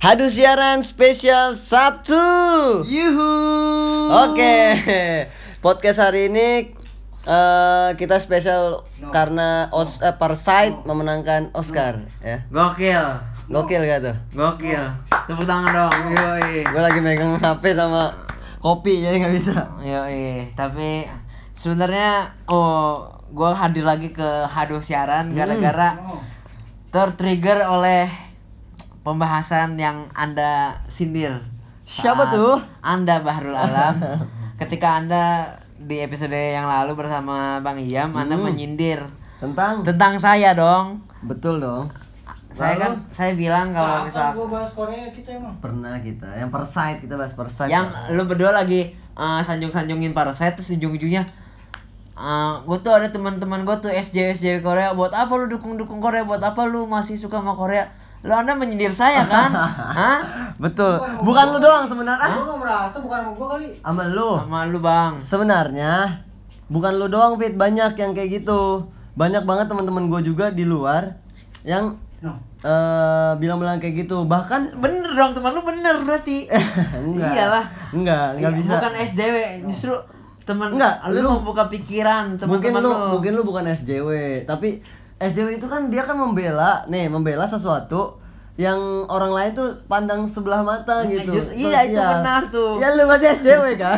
Hadu siaran spesial Sabtu. Yuhu. Oke. Podcast hari ini kita spesial karena Parasite memenangkan Oscar ya. Gokil gak tuh? Gokil. Tepuk tangan dong. Yoi. Gue lagi megang HP sama kopi jadi nggak bisa. Yoi. Tapi sebenarnya gue hadir lagi ke Hadu siaran gara-gara tertrigger oleh pembahasan yang Anda sindir. Siapa tuh? Anda Bahrul Alam. Ketika Anda di episode yang lalu bersama Bang Iyam, Anda menyindir tentang saya dong. Betul dong. Saya bilang kalau misal gua bahas Korea kita emang pernah kita yang Parasite, kita bahas Parasite. yang lu berdua lagi sanjung-sanjungin Parasite terus ujung-ujungnya gue tuh ada teman-teman gue tuh SJW Korea, buat apa lu dukung Korea, buat apa lu masih suka sama Korea, Anda menyindir saya kan? Hah? Betul. Bukan lu doang sebenarnya. gua nggak merasa, bukan sama gua kali. Sama lu Bang. Sebenarnya bukan lu doang, Fit, banyak yang kayak gitu. Banyak banget teman-teman gue juga di luar yang bilang-bilang kayak gitu. Bahkan Bener dong, teman lu bener berarti. Iyalah. Enggak bisa. Bukan SJW, justru teman Enggak, lu lu membuka pikiran mungkin teman-teman mungkin lu bukan SJW, tapi SJW itu kan dia kan membela sesuatu yang orang lain tuh pandang sebelah mata gitu. Iya, itu benar tuh. Ya lu berarti SJW kan?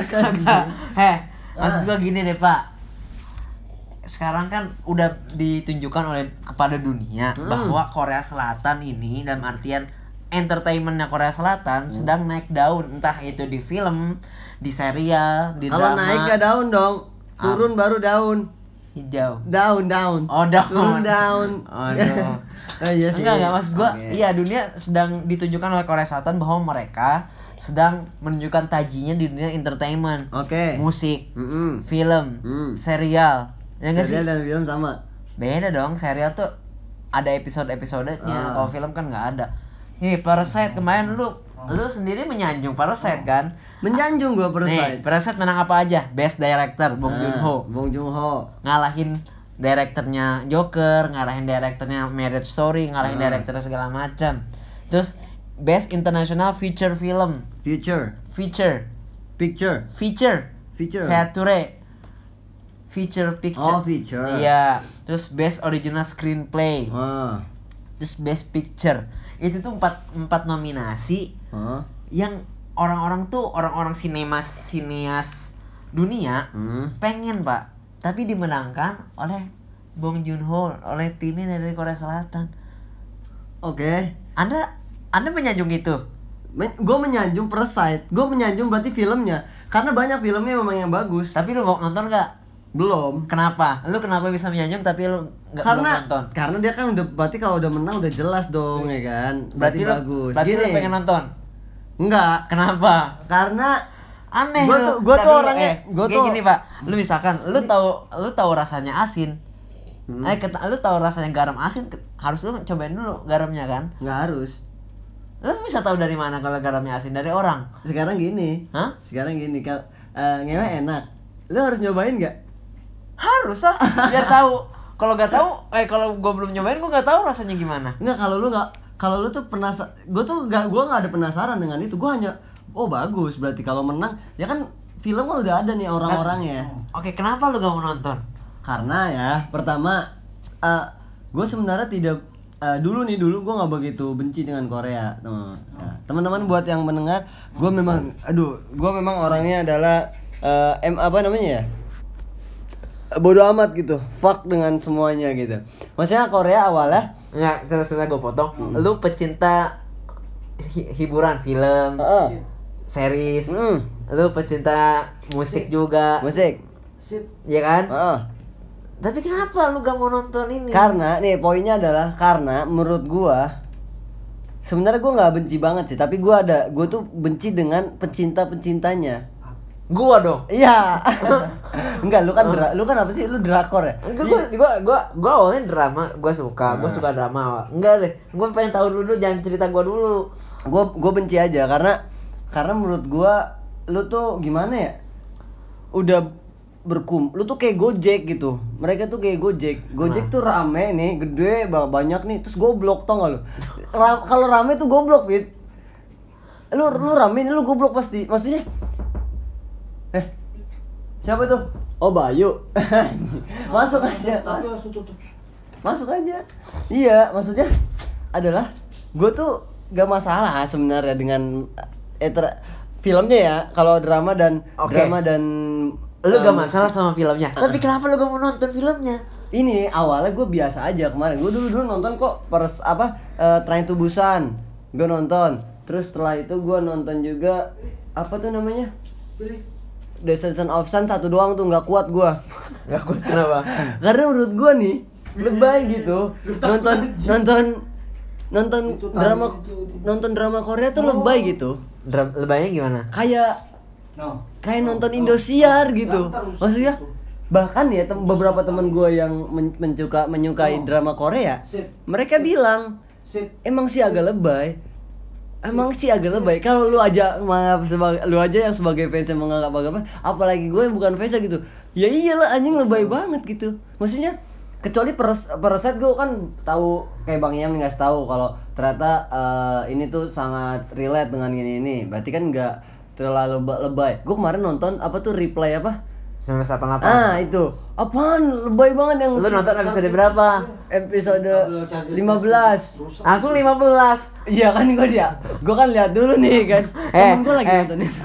Maksud gua gini deh, Pak. Sekarang kan udah ditunjukkan kepada dunia bahwa Korea Selatan ini dalam artian entertainmentnya Korea Selatan sedang naik daun, entah itu di film, di serial, di Kalau drama. naik gak daun dong, turun baru daun. Hijau. Daun. Oh, daun. Turun daun. Aduh. Iya sih. Enggak maksud gua, Okay. iya dunia sedang ditunjukkan oleh Korea Selatan bahwa mereka sedang menunjukkan tajinya di dunia entertainment. Oke. Musik, Mm-mm. film, serial. Ya enggak sih? Serial dan film sama. Beda dong, serial tuh ada episode-episodenya. Kalau film kan nggak ada. Nih, Parasite kemarin lu sendiri menyanjung Parasite kan? Menjanjung gua Nih, Parasite. Parasite menang apa aja? Best Director Bong Joon-ho. Bong Joon-ho. Ngalahin direkturnya Joker, ngalahin direkturnya Marriage Story, ngalahin direkturnya segala macam. Terus Best International Feature Film. Picture. Feature. Feature picture. Oh, feature. Iya. Terus Best Original Screenplay. Ah. Terus Best Picture. Itu tuh empat nominasi Hah? yang orang-orang sineas dunia pengen, Pak. Tapi dimenangkan oleh Bong Joon-ho, oleh timnya dari Korea Selatan. Oke. Anda menyanjung itu? Gue menyanjung Parasite. Gue menyanjung berarti filmnya. Karena banyak filmnya memang yang bagus. Tapi lu mau nonton gak? Belum. Kenapa? Lu kenapa bisa menyanjung tapi lu belum nonton? Karena dia kan udah, berarti kalau udah menang udah jelas dong ya kan. Berarti bagus. Berarti lu pengen nonton? Enggak. Kenapa? Karena Aneh. Gua tuh orangnya gini, Pak. Lu misalkan lu tahu rasanya asin. Lu tahu rasanya garam asin, harus lu cobain dulu garamnya kan? nggak harus. Lu bisa tahu dari mana kalau garamnya asin? Dari orang. Sekarang gini. Hah? Kalau ngewe enak. Lu harus nyobain nggak? Harus lah, biar tahu. Kalau nggak tahu, kalau gua belum nyobain, gua nggak tahu rasanya gimana. Enggak, kalau lu tuh penasaran. Gua nggak ada penasaran dengan itu. Gua hanya bagus, berarti kalau menang ya kan film kan udah ada nih orang-orangnya. Oke, kenapa lu gak mau nonton? Karena ya pertama gue sebenarnya tidak dulu gue nggak begitu benci dengan Korea. Nah, teman-teman buat yang mendengar, gue memang orangnya adalah apa namanya ya, bodoh amat gitu, fuck dengan semuanya gitu. Maksudnya Korea awalnya Nggak, terus gue potong. Lu pecinta hiburan, film, series. Lu pecinta musik juga. musik, Sip. Iya kan? Tapi Tapi kenapa lu gak mau nonton ini? karena nih poinnya adalah karena menurut gue sebenarnya gue nggak benci banget sih, tapi gue tuh benci dengan pencintanya. Gua dong. Iya. Enggak, lu kan apa sih? Lu drakor ya? Enggak, gua awalnya drama, gua suka drama awal. Enggak deh, gua pengen tahu dulu, jangan cerita gua dulu. Gue benci aja karena menurut gue lu tuh gimana ya? Udah lu tuh kayak Gojek gitu. Mereka tuh kayak Gojek tuh rame nih, gede banyak nih, terus goblok, tau gak lu? Kalau rame tuh goblok, Fit. Lu ramein, lu goblok pasti. Maksudnya siapa tuh? Oh, Bayu. Masuk aja. Tapi langsung tutup. Masuk aja. Iya, maksudnya adalah gue tuh gak masalah sebenarnya dengan filmnya ya. Kalau drama dan Lu gak masalah sama filmnya. Tapi kenapa lu gak mau nonton filmnya? ini awalnya gue biasa aja kemarin. Gue dulu nonton kok Train to Busan. Gue nonton. Terus setelah itu gue nonton juga apa tuh namanya? The Season of Sun 1 doang tuh, nggak kuat gue. Gak kuat kenapa? Karena menurut gue nih lebay gitu. Nonton drama Korea tuh lebay gitu. Lebaynya gimana? Kayak nonton Indosiar gitu. Maksudnya bahkan ya beberapa teman gue yang menyukai drama Korea, mereka bilang emang sih agak lebay. Kalau lu aja yang sebagai fans yang menganggap agak lebay, apalagi gue yang bukan fans gitu. Ya iyalah anjing, lebay banget gitu. Maksudnya kecuali Parasite gue kan tahu, kayak Bang Yam ngasih tahu kalau ternyata ini tuh sangat relate dengan ini. Berarti kan nggak terlalu lebay. Gue kemarin nonton apa tuh Reply apa? 1988. Itu apaan lebay banget yang Lu nonton episode berapa? Episode 15. Langsung 15. Iya kan gue kan lihat dulu nih kan. Temen gue lagi nonton ini.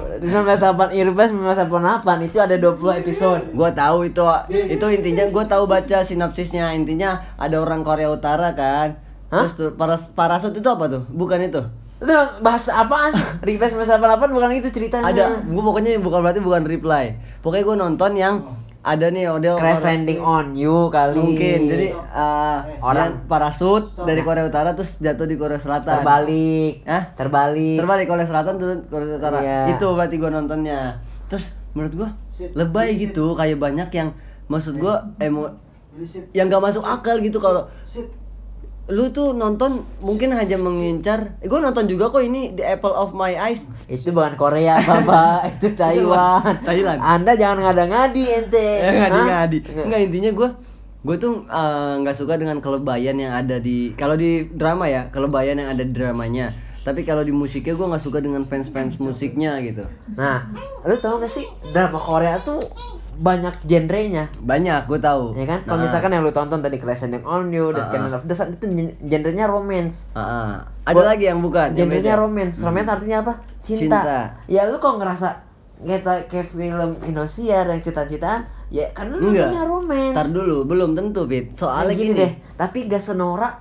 1988 itu ada 20 episode. Gue tahu itu intinya, gue tahu baca sinopsisnya. Intinya ada orang Korea Utara kan. Terus tuh Parasut itu apa tuh? Bukan itu. Itu bahasa apaan sih? Reply 1988 bukan itu ceritanya. Ada, gue pokoknya bukan Reply. Pokoknya gue nonton yang ada nih Crash Landing on You kali. Mungkin. Jadi orang parasut dari Korea Utara terus jatuh di Korea Selatan. Terbalik Korea Selatan turun Korea Utara. Iya. Itu berarti gue nontonnya. Terus menurut gue lebay gitu, kayak banyak yang maksud gue yang gak masuk akal gitu. Kalau lu tuh nonton mungkin hanya mengincar, gue nonton juga kok ini The Apple of My Eyes. Itu bukan Korea, Bapak. Itu Taiwan. Anda jangan ngada-ngadi ente. Ngadi. Enggak, intinya gue tuh nggak suka dengan kelebayan yang ada di, kalau di drama ya, kelebayan yang ada di dramanya. Tapi kalau di musiknya gue nggak suka dengan fans musiknya gitu. Nah, lu tau gak sih drama Korea tuh banyak genrenya. Banyak, gue tahu. Ya kan? Kalau misalkan yang lu tonton tadi Crash Landing on You, The Scandal of the Sun, itu genrenya romance. Ada lagi yang bukan. Genrenya romance. Romance artinya apa? Cinta. Ya lu kok ngerasa kayak film Indosiar yang cita-citaan, ya karena lu nontonnya romance. Ntar dulu, belum tentu, Fit. Soalnya gini deh, tapi gak senora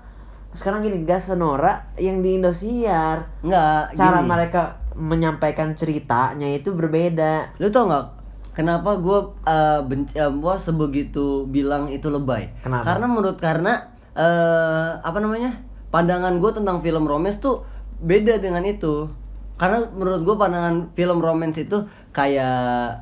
yang di Indosiar. Enggak, cara gini. mereka menyampaikan ceritanya itu berbeda. Lu tau nggak kenapa gue sebegitu bilang itu lebay? Kenapa? Karena pandangan gue tentang film romance tuh beda dengan itu. Karena menurut gue pandangan film romance itu kayak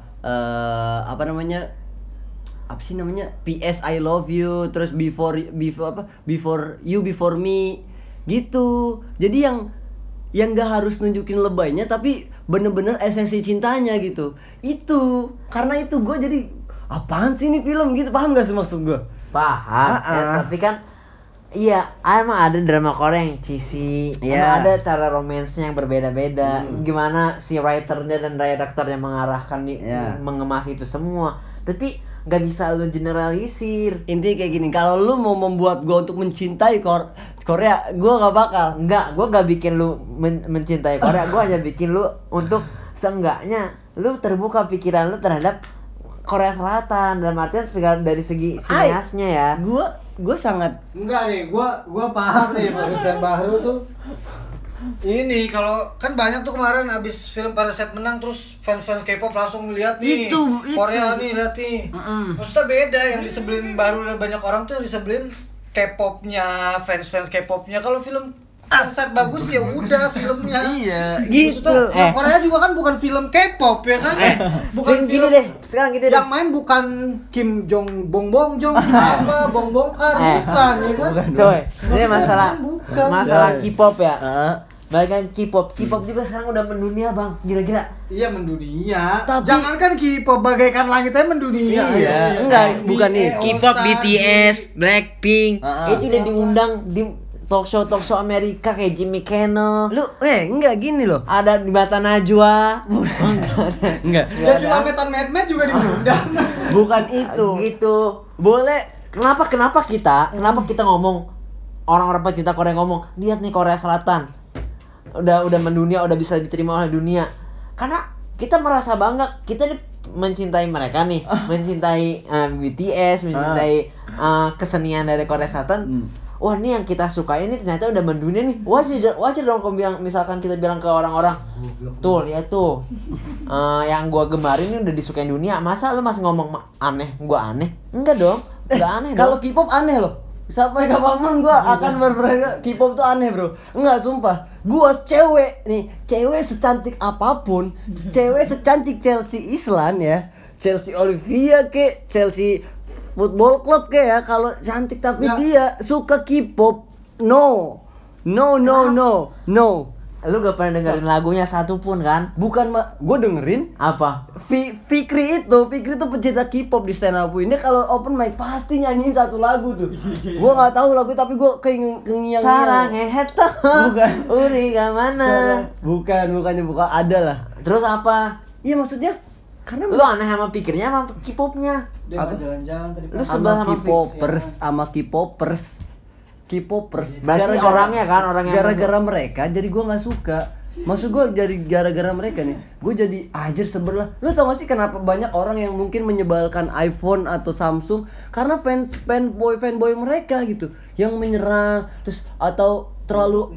PS I love you, terus before you before me gitu. Jadi yang gak harus nunjukin lebaynya, tapi bener-bener esensi cintanya gitu. Itu karena itu gue jadi apaan sih ini film gitu, paham gak sih maksud gue? Paham. Tapi kan iya, emang ada drama Korea yang cheesy. Emang ada cara romansnya yang berbeda-beda. Gimana si writernya dan redaktornya mengarahkan mengemas itu semua. Tapi gak bisa lu generalisir. Intinya kayak gini, kalau lu mau membuat gue untuk mencintai Korea, gue gak bakal. Gue gak bikin lu mencintai Korea. Gue hanya bikin lu untuk seenggaknya lu terbuka pikiran lu terhadap Korea Selatan, dalam artian segala dari segi sineasnya ya. Gue sangat enggak nih, gue paham nih Maksudnya Bahru tuh. Ini kalau kan banyak tuh kemarin abis film Parasite menang, terus fans K-pop langsung lihat nih itu. Korea nih, lihat nih. Maksudnya beda, yang disebelin baru dan banyak orang tuh yang disebelin K-popnya, fans K-popnya. Kalau film Parasite bagus ya udah filmnya. Iya, gitu. Korea juga kan bukan film K-pop ya kan? Bukan gini film deh, sekarang gini deh. Yang main bukan Kim Jong Bong apa Bong Kar, bukan ya kan? Coy, ini masalah K-pop ya. Bahkan K-pop juga sekarang udah mendunia, Bang. Gila-gila. Iya, mendunia. Tapi Jangankan K-pop, bagaikan langitnya mendunia. Iya. Enggak, bukan nih. K-pop, BTS, Blackpink, itu udah diundang di talk show Amerika kayak Jimmy Kimmel. Lu enggak gini loh. Ada di Mata Najwa. Enggak. Ya Culametan Mehmet juga diundang. Bukan itu. Gitu. Boleh. Kenapa kita ngomong orang-orang pecinta Korea ngomong, lihat nih Korea Selatan. Udah mendunia, udah bisa diterima oleh dunia. Karena kita merasa bangga, kita nih mencintai mereka nih, mencintai BTS, mencintai kesenian dari Korea Selatan. Wah, ini yang kita suka ini ternyata udah mendunia nih. Wajar dong kalau bilang, misalkan kita bilang ke orang-orang, tuh lihat tuh, yang gua gemarin ini udah disukain dunia. Masa lu masih ngomong aneh? Gua aneh? Enggak dong, enggak aneh. Kalau K-pop aneh loh. Sampai kapanpun gue akan berpikir K-pop tuh aneh bro. Enggak, sumpah. Gue cewek nih, cewek secantik apapun, cewek secantik Chelsea Islan ya, Chelsea Olivia ke, Chelsea Football Club ke ya, kalau cantik tapi dia suka K-pop, no. Lu gak pernah dengerin lagunya satu pun kan? Bukan gue dengerin Apa? Fikri itu pecinta K-pop di stand up ini, kalau open mic pasti nyanyiin satu lagu tuh. Gue nggak tahu lagu tapi gue kengiang. Sarangnya heto. Bukan. Uri mana? Bukannya ada lah. Terus apa? Iya maksudnya karena Lu aneh sama pikirnya sama K-popnya. Dia nggak jalan-jalan tadi. Lu sebel sama K-popers. Berarti orangnya kan, orang yang gara-gara mereka jadi gue nggak suka. Maksud gue jadi gara-gara mereka nih, gue jadi ajar sebel lah. Lu tau gak sih kenapa banyak orang yang mungkin menyebalkan iPhone atau Samsung karena fanboy mereka gitu, yang menyerang terus atau terlalu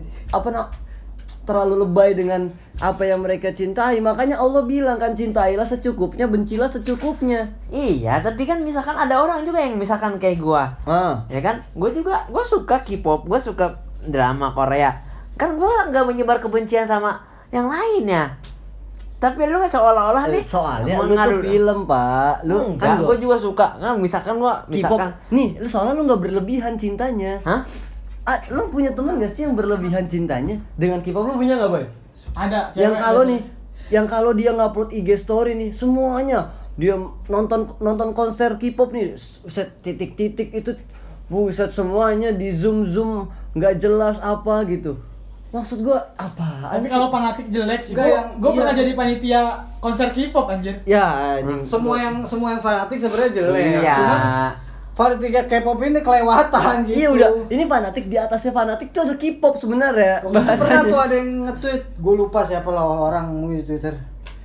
lebay dengan apa yang mereka cintai. Makanya Allah bilang kan, cintailah secukupnya, bencilah secukupnya. Iya, tapi kan misalkan ada orang juga yang misalkan kayak gua. Ya kan? Gua suka K-pop, gua suka drama Korea. Kan gua enggak menyebar kebencian sama yang lainnya. Tapi lu seolah-olah nih soalnya lu tuh film, Pak. Lu enggak, gua juga suka. Nah, misalkan K-pop, nih, lu soalnya lu enggak berlebihan cintanya. Hah? Lu punya teman gak sih yang berlebihan cintanya dengan K-pop? Lu punya enggak, Boy? Ada. Yang kalau dia ngupload IG story nih, semuanya dia nonton konser K-pop nih, set titik-titik itu, buset, semuanya di zoom nggak jelas apa gitu. Maksud gua apa? Tapi kalau fanatik jelek sih. Enggak, Gue iya, pernah jadi panitia konser K-pop anjir. Ya, anjing. Semua yang fanatik sebenarnya jelek. Iya. Cuman fanatik K-pop ini kelewatan gitu. Iya udah, ini fanatik di atasnya fanatik tuh ada K-pop sebenarnya. Waktu itu pernah tuh ada yang nge-tweet, gue lupa siapa lah orang di Twitter.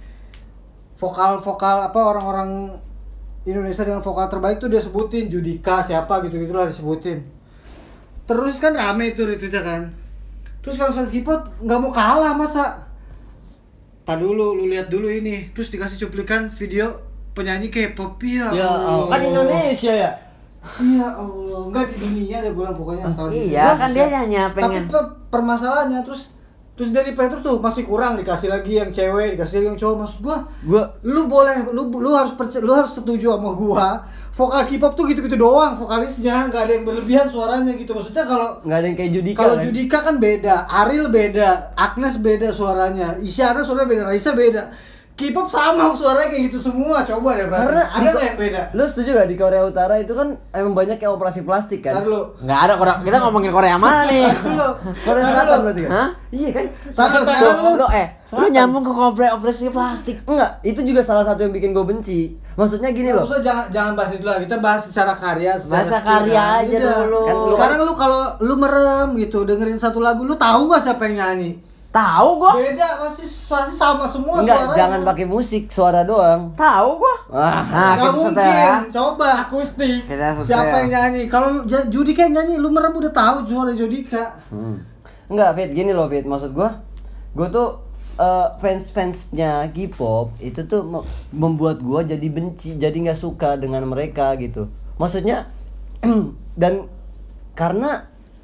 Vokal apa orang-orang Indonesia dengan vokal terbaik tuh dia sebutin, Judika siapa gitu-gitulah disebutin. Terus kan rame itu retweetnya kan. Terus fans K-pop nggak mau kalah masa. Dulu lu lihat dulu ini, terus dikasih cuplikan video penyanyi K-pop ya. Ya, kan Indonesia ya. Iya Allah, enggak di dunia dia bilang pokoknya tahun ini. Iya, kan dia hanya pengen. Tapi permasalahannya terus dari Petrus tuh masih kurang, dikasih lagi yang cewek, dikasih lagi yang cowok. Maksud gua lu boleh lu harus lu harus setuju sama gua. Vokal K-pop tuh gitu-gitu doang vokalisnya, enggak ada yang berlebihan suaranya gitu. Maksudnya kalau enggak ada yang kayak Judika. Kalau Judika kan beda, Ariel beda, Agnes beda suaranya, Isyana suaranya beda, Raisa beda. K-pop sama suaranya kayak gitu semua, coba deh berarti. Karena Ada nggak yang beda? Lu setuju gak di Korea Utara itu kan emang banyak yang operasi plastik kan? Nggak ada Korea. Kita ngomongin Korea mana nih? Korea Selatan berarti kan? Hah? Iya kan? Sekarang Lu nyambung ke operasi plastik. Enggak, itu juga salah satu yang bikin gue benci. Maksudnya gini loh. Maksudnya jangan bahas itu lah, kita bahas secara karya, Bahasa karya aja dulu. Kan, sekarang lu kalau lu merem gitu dengerin satu lagu, lu tahu gak siapa yang nyanyi? Tahu gua. Beda, pasti sama semua Enggak, suaranya. jangan pakai musik, suara doang. Tahu gua. Wah. Nah, Nggak kita setel mungkin. ya. Coba Akustik. Kita setel. siapa yang nyanyi? Kalau Judika yang nyanyi, lu merem udah tahu suara Judika. Enggak, Fit, gini loh, Fit. Maksud gue tuh fans-fansnya K-pop itu tuh membuat gue jadi benci, jadi nggak suka dengan mereka gitu. Maksudnya dan karena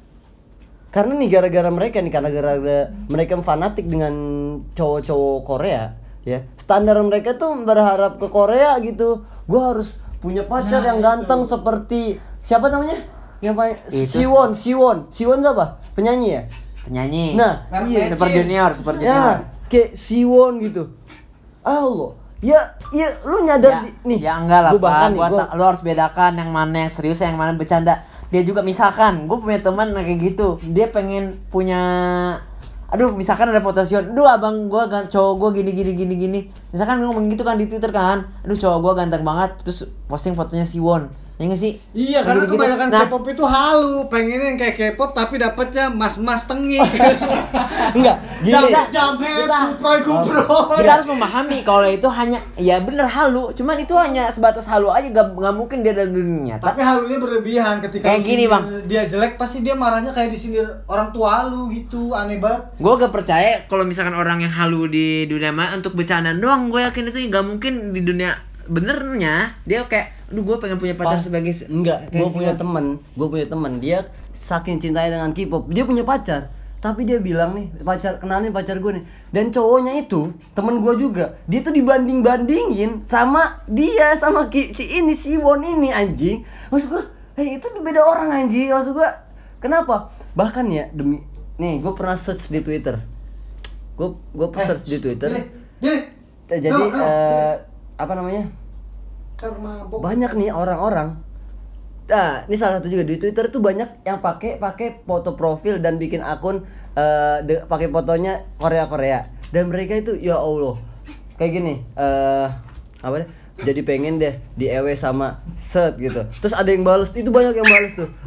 nih gara-gara mereka fanatik dengan cowok-cowok Korea ya, standar mereka tuh berharap ke Korea gitu. Gue harus punya pacar yang ganteng seperti siapa namanya? Yang Siwon siapa? Penyanyi ya? Penyanyi. Nah, iya. Super Junior. Ya, kayak Siwon gitu. Allah. Ya, lu nyadar nih. Ya enggak lah, Gua Pak. bahkan nih, Lu harus bedakan yang mana yang serius, yang mana bercanda. dia juga misalkan gue punya teman kayak gitu, dia pengen punya, aduh misalkan ada foto Sion, aduh abang gue cowok gue gini, misalkan ngomong gitu kan di Twitter kan, aduh cowok gue ganteng banget, terus posting fotonya Siwon, ya nggak sih? Iya, karena Gitu-gitu. kebanyakan Nah, K-pop itu halu, pengennya yang kayak K-pop tapi dapetnya mas-mas tengik. Enggak, gini. Jamet, Kita- kuproy. kita harus memahami kalau itu hanya ya bener halu, cuman itu hanya sebatas halu aja, gak mungkin dia dalam dunia nyata. Tapi halunya berlebihan ketika Kayak lu gini, sindir Bang. dia jelek pasti dia marahnya kayak disindir orang tua lu gitu, aneh banget. Gue gak percaya kalau misalkan orang yang halu di dunia maya untuk bercandaan doang, gue yakin itu gak mungkin di dunia benernya dia kayak, aduh gue pengen punya pacar sebagai Enggak, kayak gue Siwon. punya teman, dia saking cintanya dengan K-pop, dia punya pacar. Tapi dia bilang nih, kenalin pacar gue nih. Dan cowoknya itu, temen gue juga, dia tuh dibanding-bandingin sama dia, sama si Siwon ini anjing. Maksud gue, itu beda orang anjing. Maksud gue, kenapa? Bahkan ya, nih gue pernah search di Twitter. Gue search di Twitter. Jadi, apa namanya? Banyak nih orang-orang. Nah, ini salah satu juga di Twitter tuh banyak yang pakai foto profil dan bikin akun pakai fotonya Korea. Dan mereka itu ya Allah. Kayak gini, apa deh? Jadi pengen deh di EW sama set gitu. Terus ada yang bales, itu banyak yang bales tuh.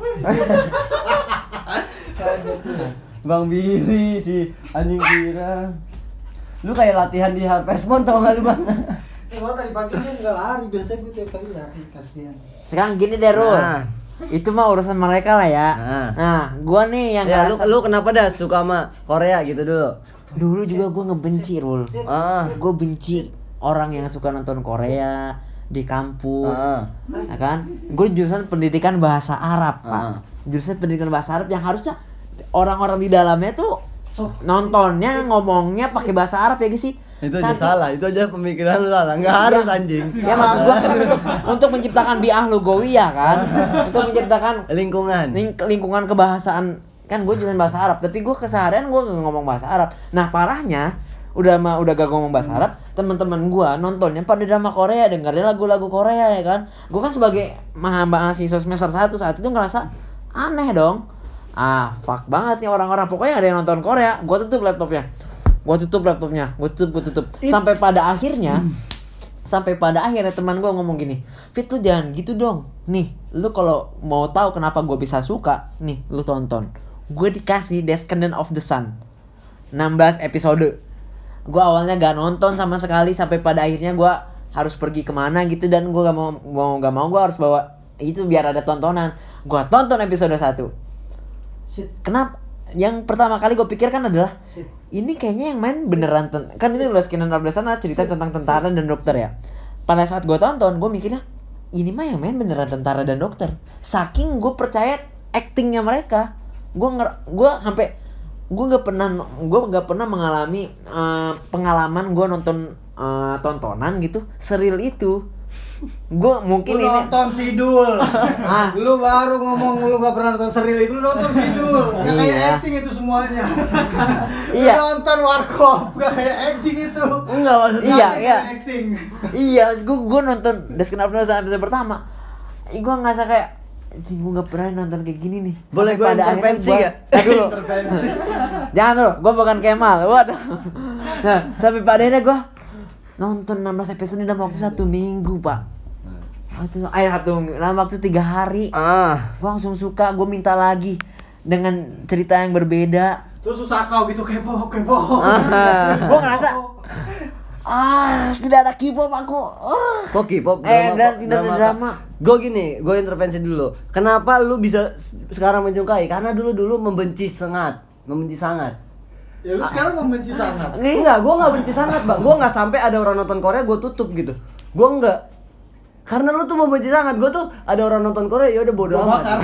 Bang Billy si anjing kira. Lu kayak latihan di Harvestmon tau gak lu, Bang? Gua tadi pagi dia nggak lari, biasanya gue tiap kali lari, kasihan. Sekarang gini deh Rul, Nah. itu mah urusan mereka lah ya. Nah, gue nih yang Ya, ngerasa lu kenapa dah suka sama Korea gitu dulu? dulu juga gue ngebenci Rul. Gue benci orang yang suka nonton Korea di kampus, ya kan? Gue jurusan pendidikan bahasa Arab, Pak. Jurusan pendidikan bahasa Arab yang harusnya orang-orang di dalamnya tuh nontonnya, ngomongnya pakai bahasa Arab ya guys sih. Itu aja salah, itu aja pemikiran lu salah. Enggak harus anjing. Ya maksud gua kan untuk menciptakan bi'ah lugawiyah kan, untuk menciptakan lingkungan kebahasaan kan. Gue jurusan bahasa Arab, tapi gue keseharian gue gak ngomong bahasa Arab. Nah parahnya udah gak ngomong bahasa Arab, teman-teman gue nontonnya pada drama Korea, dengerin lagu-lagu Korea ya kan. Gue kan sebagai mahasiswa semester 1 saat itu ngerasa aneh dong. Fuck banget nih orang-orang, pokoknya ada yang nonton Korea, gue tutup laptopnya. Gue tutup. Sampai pada akhirnya teman gue ngomong gini, Fit lu jangan gitu dong. Nih, lu kalau mau tahu kenapa gue bisa suka, nih lu tonton. Gue dikasih Descendant of the Sun 16 episode. Gue awalnya gak nonton sama sekali, sampai pada akhirnya gue harus pergi kemana gitu, dan gue gak mau gue harus bawa itu biar ada tontonan. Gue tonton episode 1. Kenapa? Yang pertama kali gue pikirkan adalah ini kayaknya yang main beneran kan itu udah Descendant of the Sun cerita tentang tentara dan dokter ya. Pada saat gue tonton, gue mikirnya ini mah yang main beneran tentara dan dokter. Saking gue percaya actingnya mereka, gue nggak pernah mengalami pengalaman gue nonton tontonan gitu seril itu. Gue mungkin Lu nonton Sidul. Lu baru ngomong lu gak pernah nonton seril itu, lu nonton Sidul. Gak kayak Iya. acting itu semuanya. Iya. Lu nonton Warkop, gak kayak acting itu. Enggak maksudnya. Iya, Gak iya. kayak acting. Iya, gue nonton Descendant of the Sun episode pertama. Gue ngerasa kayak anjing, gue gak pernah nonton kayak gini nih. Boleh Sampai gue pada akhirnya intervensi gua- gak? Nah, dulu. Intervensi. Jangan dulu, gue bukan Kemal. Waduh. Nah, sampai pada akhirnya gue nonton 16 episode dalam waktu 1 minggu, Pak. Dalam waktu 3 hari. Gue langsung suka, gue minta lagi dengan cerita yang berbeda. Terus susah kau gitu kepo. Gue ngerasa tidak ada K-pop aku. Kok K-pop? Dan tidak ada drama. Gue gini, gue intervensi dulu. Kenapa lu bisa sekarang menyukai? Karena dulu membenci sangat. Ya lu sekarang membenci sangat. Enggak, gue nggak benci sangat, Bang. Gue nggak sampai ada orang nonton Korea gue tutup gitu. Gue enggak. Karena lu tuh membenci sangat. Gue tuh ada orang nonton Korea ya udah bodo amat.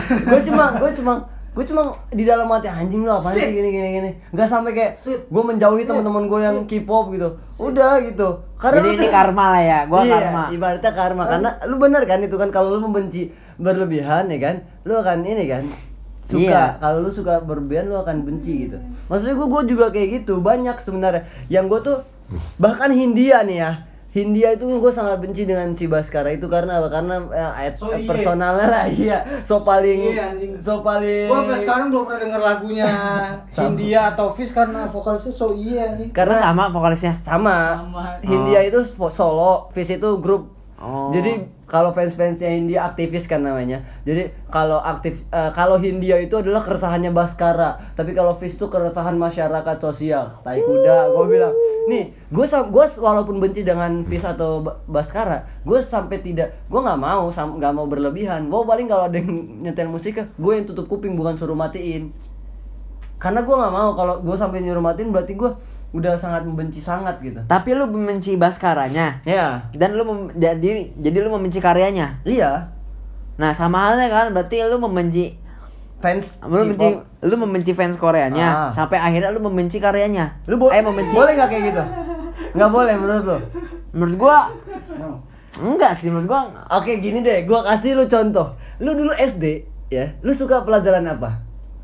Gue cuma di dalam hati anjing lu apaan sih gini. Enggak sampai kayak gue menjauhi teman-teman gue yang K-pop gitu. Udah gitu. Karena Jadi lu ini tuh- karma lah ya, gue iya, karma. ibaratnya karma. Karena lu bener kan itu kan, kalau lu membenci berlebihan ya kan, lu akan ini kan suka. Iya. Kalau lu suka berlebihan lu akan benci gitu. Maksudnya gue juga kayak gitu. Banyak sebenarnya yang gue tuh bahkan Hindia nih ya. Hindia itu gue sangat benci dengan si Baskara itu karena apa? Karena So iye. personalnya lah iya. So paling Iya, anjing. paling Gua sampai sekarang belum pernah denger lagunya Hindia atau Fish karena vokalisnya So iya nih. Karena karena sama vokalisnya. sama. Sama. Hindia itu solo, Fish itu grup. Oh. Jadi kalau fans-fansnya Hindia aktivis kan namanya. Jadi kalau Hindia itu adalah keresahannya Baskara, tapi kalau Fish itu keresahan masyarakat sosial. Tai kuda, gue bilang. Nih, gue walaupun benci dengan Fish atau Baskara, gue nggak mau berlebihan. Gue paling kalau ada yang nyetel musiknya, gue yang tutup kuping bukan suruh matiin. Karena gue nggak mau kalau gue sampai nyuruh matiin berarti gue udah sangat membenci sangat gitu. Tapi lu membenci Baskaranya. Ya, Dan lu jadi lu membenci karyanya. iya. Nah, sama halnya kan berarti lu membenci Fans lu membenci fans Koreanya Ah. sampai akhirnya lu membenci karyanya. Membenci. Boleh nggak kayak gitu? Nggak boleh menurut lo? Menurut gua No. enggak sih, menurut gua Oke gini deh, gua kasih lu contoh. Lu dulu SD ya, lu suka pelajaran apa?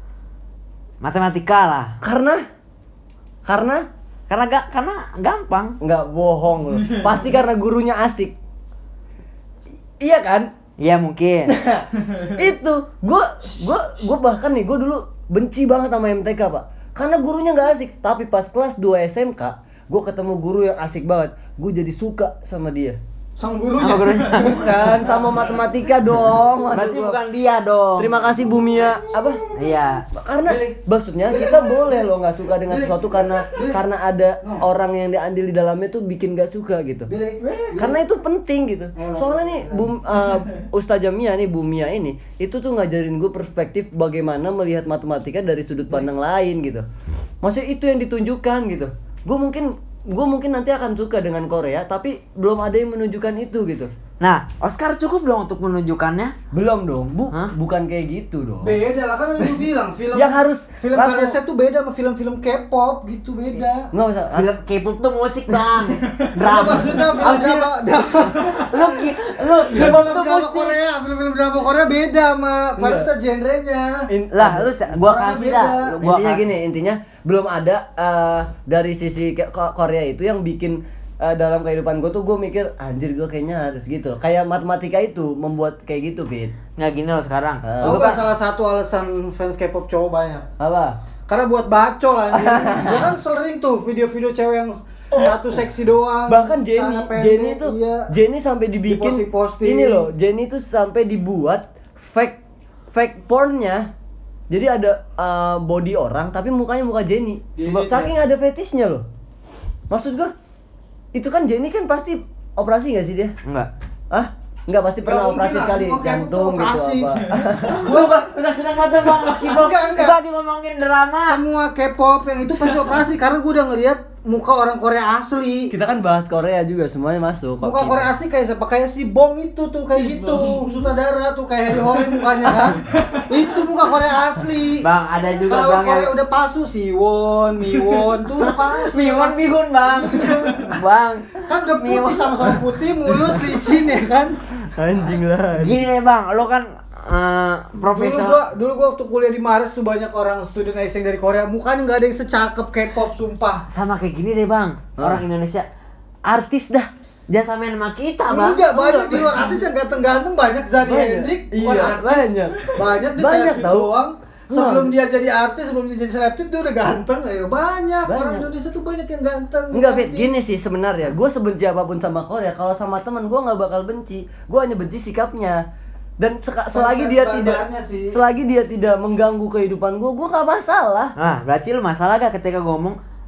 matematika lah. Karena Karena gampang. nggak bohong lu. Pasti karena gurunya asik. Iya kan? Iya mungkin. Itu gua bahkan nih gua dulu benci banget sama MTK, Pak. Karena gurunya nggak asik. Tapi pas kelas 2 SMK, gua ketemu guru yang asik banget. Gua jadi suka sama dia. Sang gurunya. Sama gurunya. Bukan sama matematika dong. Maksud Berarti gua. bukan dia dong. Terima kasih Bumia apa? Iya. Karena maksudnya kita boleh loh nggak suka dengan sesuatu karena ada orang yang diandil di dalamnya tuh bikin nggak suka gitu. Billy. Karena itu penting gitu. Soalnya nih Ustazah Mia nih Bumia ini itu tuh ngajarin gue perspektif bagaimana melihat matematika dari sudut pandang lain gitu. Maksudnya itu yang ditunjukkan gitu. Gue mungkin nanti akan suka dengan Korea tapi belum ada yang menunjukkan itu gitu. Nah, Oscar cukup dong untuk menunjukkannya. Belum dong. Hah? Bukan kayak gitu dong. Beda lah kan lu bilang film Yang harus film langsung- Korea tuh beda sama film-film K-pop gitu beda. Nggak usah. Film K-pop tuh musik, Bang. Apa Drama. maksudnya film Apa sih? drama Lu K-pop tuh drama musik. Korea, film-film drama Korea beda sama pada saat genrenya. Lah, gua Orang kasih beda. dah. Intinya belum ada dari sisi Korea itu yang bikin dalam kehidupan gue tuh gue mikir anjir gue kayaknya harus gitu. Kayak matematika itu membuat kayak gitu, Fit. Nggak gini loh sekarang. Tahu kan salah satu alasan fans K-pop cowok banyak. Apa? Karena buat bacol anjing. Dia kan sering tuh video-video cewek yang satu seksi doang. Bahkan Jenny celana pendek, tuh iya. Jenny sampai dibikin Diposting-posting. ini loh, Jenny tuh sampai dibuat fake pornnya. Jadi ada body orang tapi mukanya muka Jenny. Coba saking ada fetishnya loh. Maksud gua itu kan Jenny kan pasti operasi nggak sih dia? Enggak. Ah? Nggak pasti pernah Nggak operasi mungkin lah, sekali semua K-pop jantung gitu operasi. Gua enggak senang banget Bang K-pop. Enggak. Kita lagi ngomongin drama. Semua K-pop yang itu pasti operasi karena gue udah ngeliat muka orang Korea asli. Kita kan bahas Korea juga semuanya masuk. kok. Muka Korea asli kayak siapa? Kayak si Bong itu tuh kayak gitu. Sutradara tuh kayak Harry Hore mukanya kan. Itu muka Korea asli. Bang, ada juga Kalau Bang Korea yang udah palsu si Won, Miwon tuh udah palsu. Mihun Bang. Bang. Kan udah putih sama-sama putih, mulus, licin ya kan. Anjing lah. Gini deh Bang, lo kan profesor. Dulu gua waktu kuliah di Mares tuh banyak orang student asing dari Korea, mukanya nggak ada yang secakep K-pop sumpah. Sama kayak gini deh Bang. Orang Indonesia artis dah. Jangan samain sama kita, Bang. Enggak, banyak di luar artis yang ganteng-ganteng, banyak Zari Banyak. Hendrik bukan Iya, artis. banyak. Banyak dia Banyak selebgram tahu. doang. Sebelum dia jadi artis, sebelum dia jadi selebgram dia udah ganteng. Ayo banyak. Orang Banyak. Indonesia tuh banyak yang ganteng. Enggak, Fit, cantik. gini sih sebenarnya. Gue sebenci apapun sama Korea, kalau sama teman gue nggak bakal benci. Gue hanya benci sikapnya. Dan selagi dia Standarnya sih. selagi dia tidak mengganggu kehidupan gue nggak masalah. Nah, berarti lu masalah gak ketika gua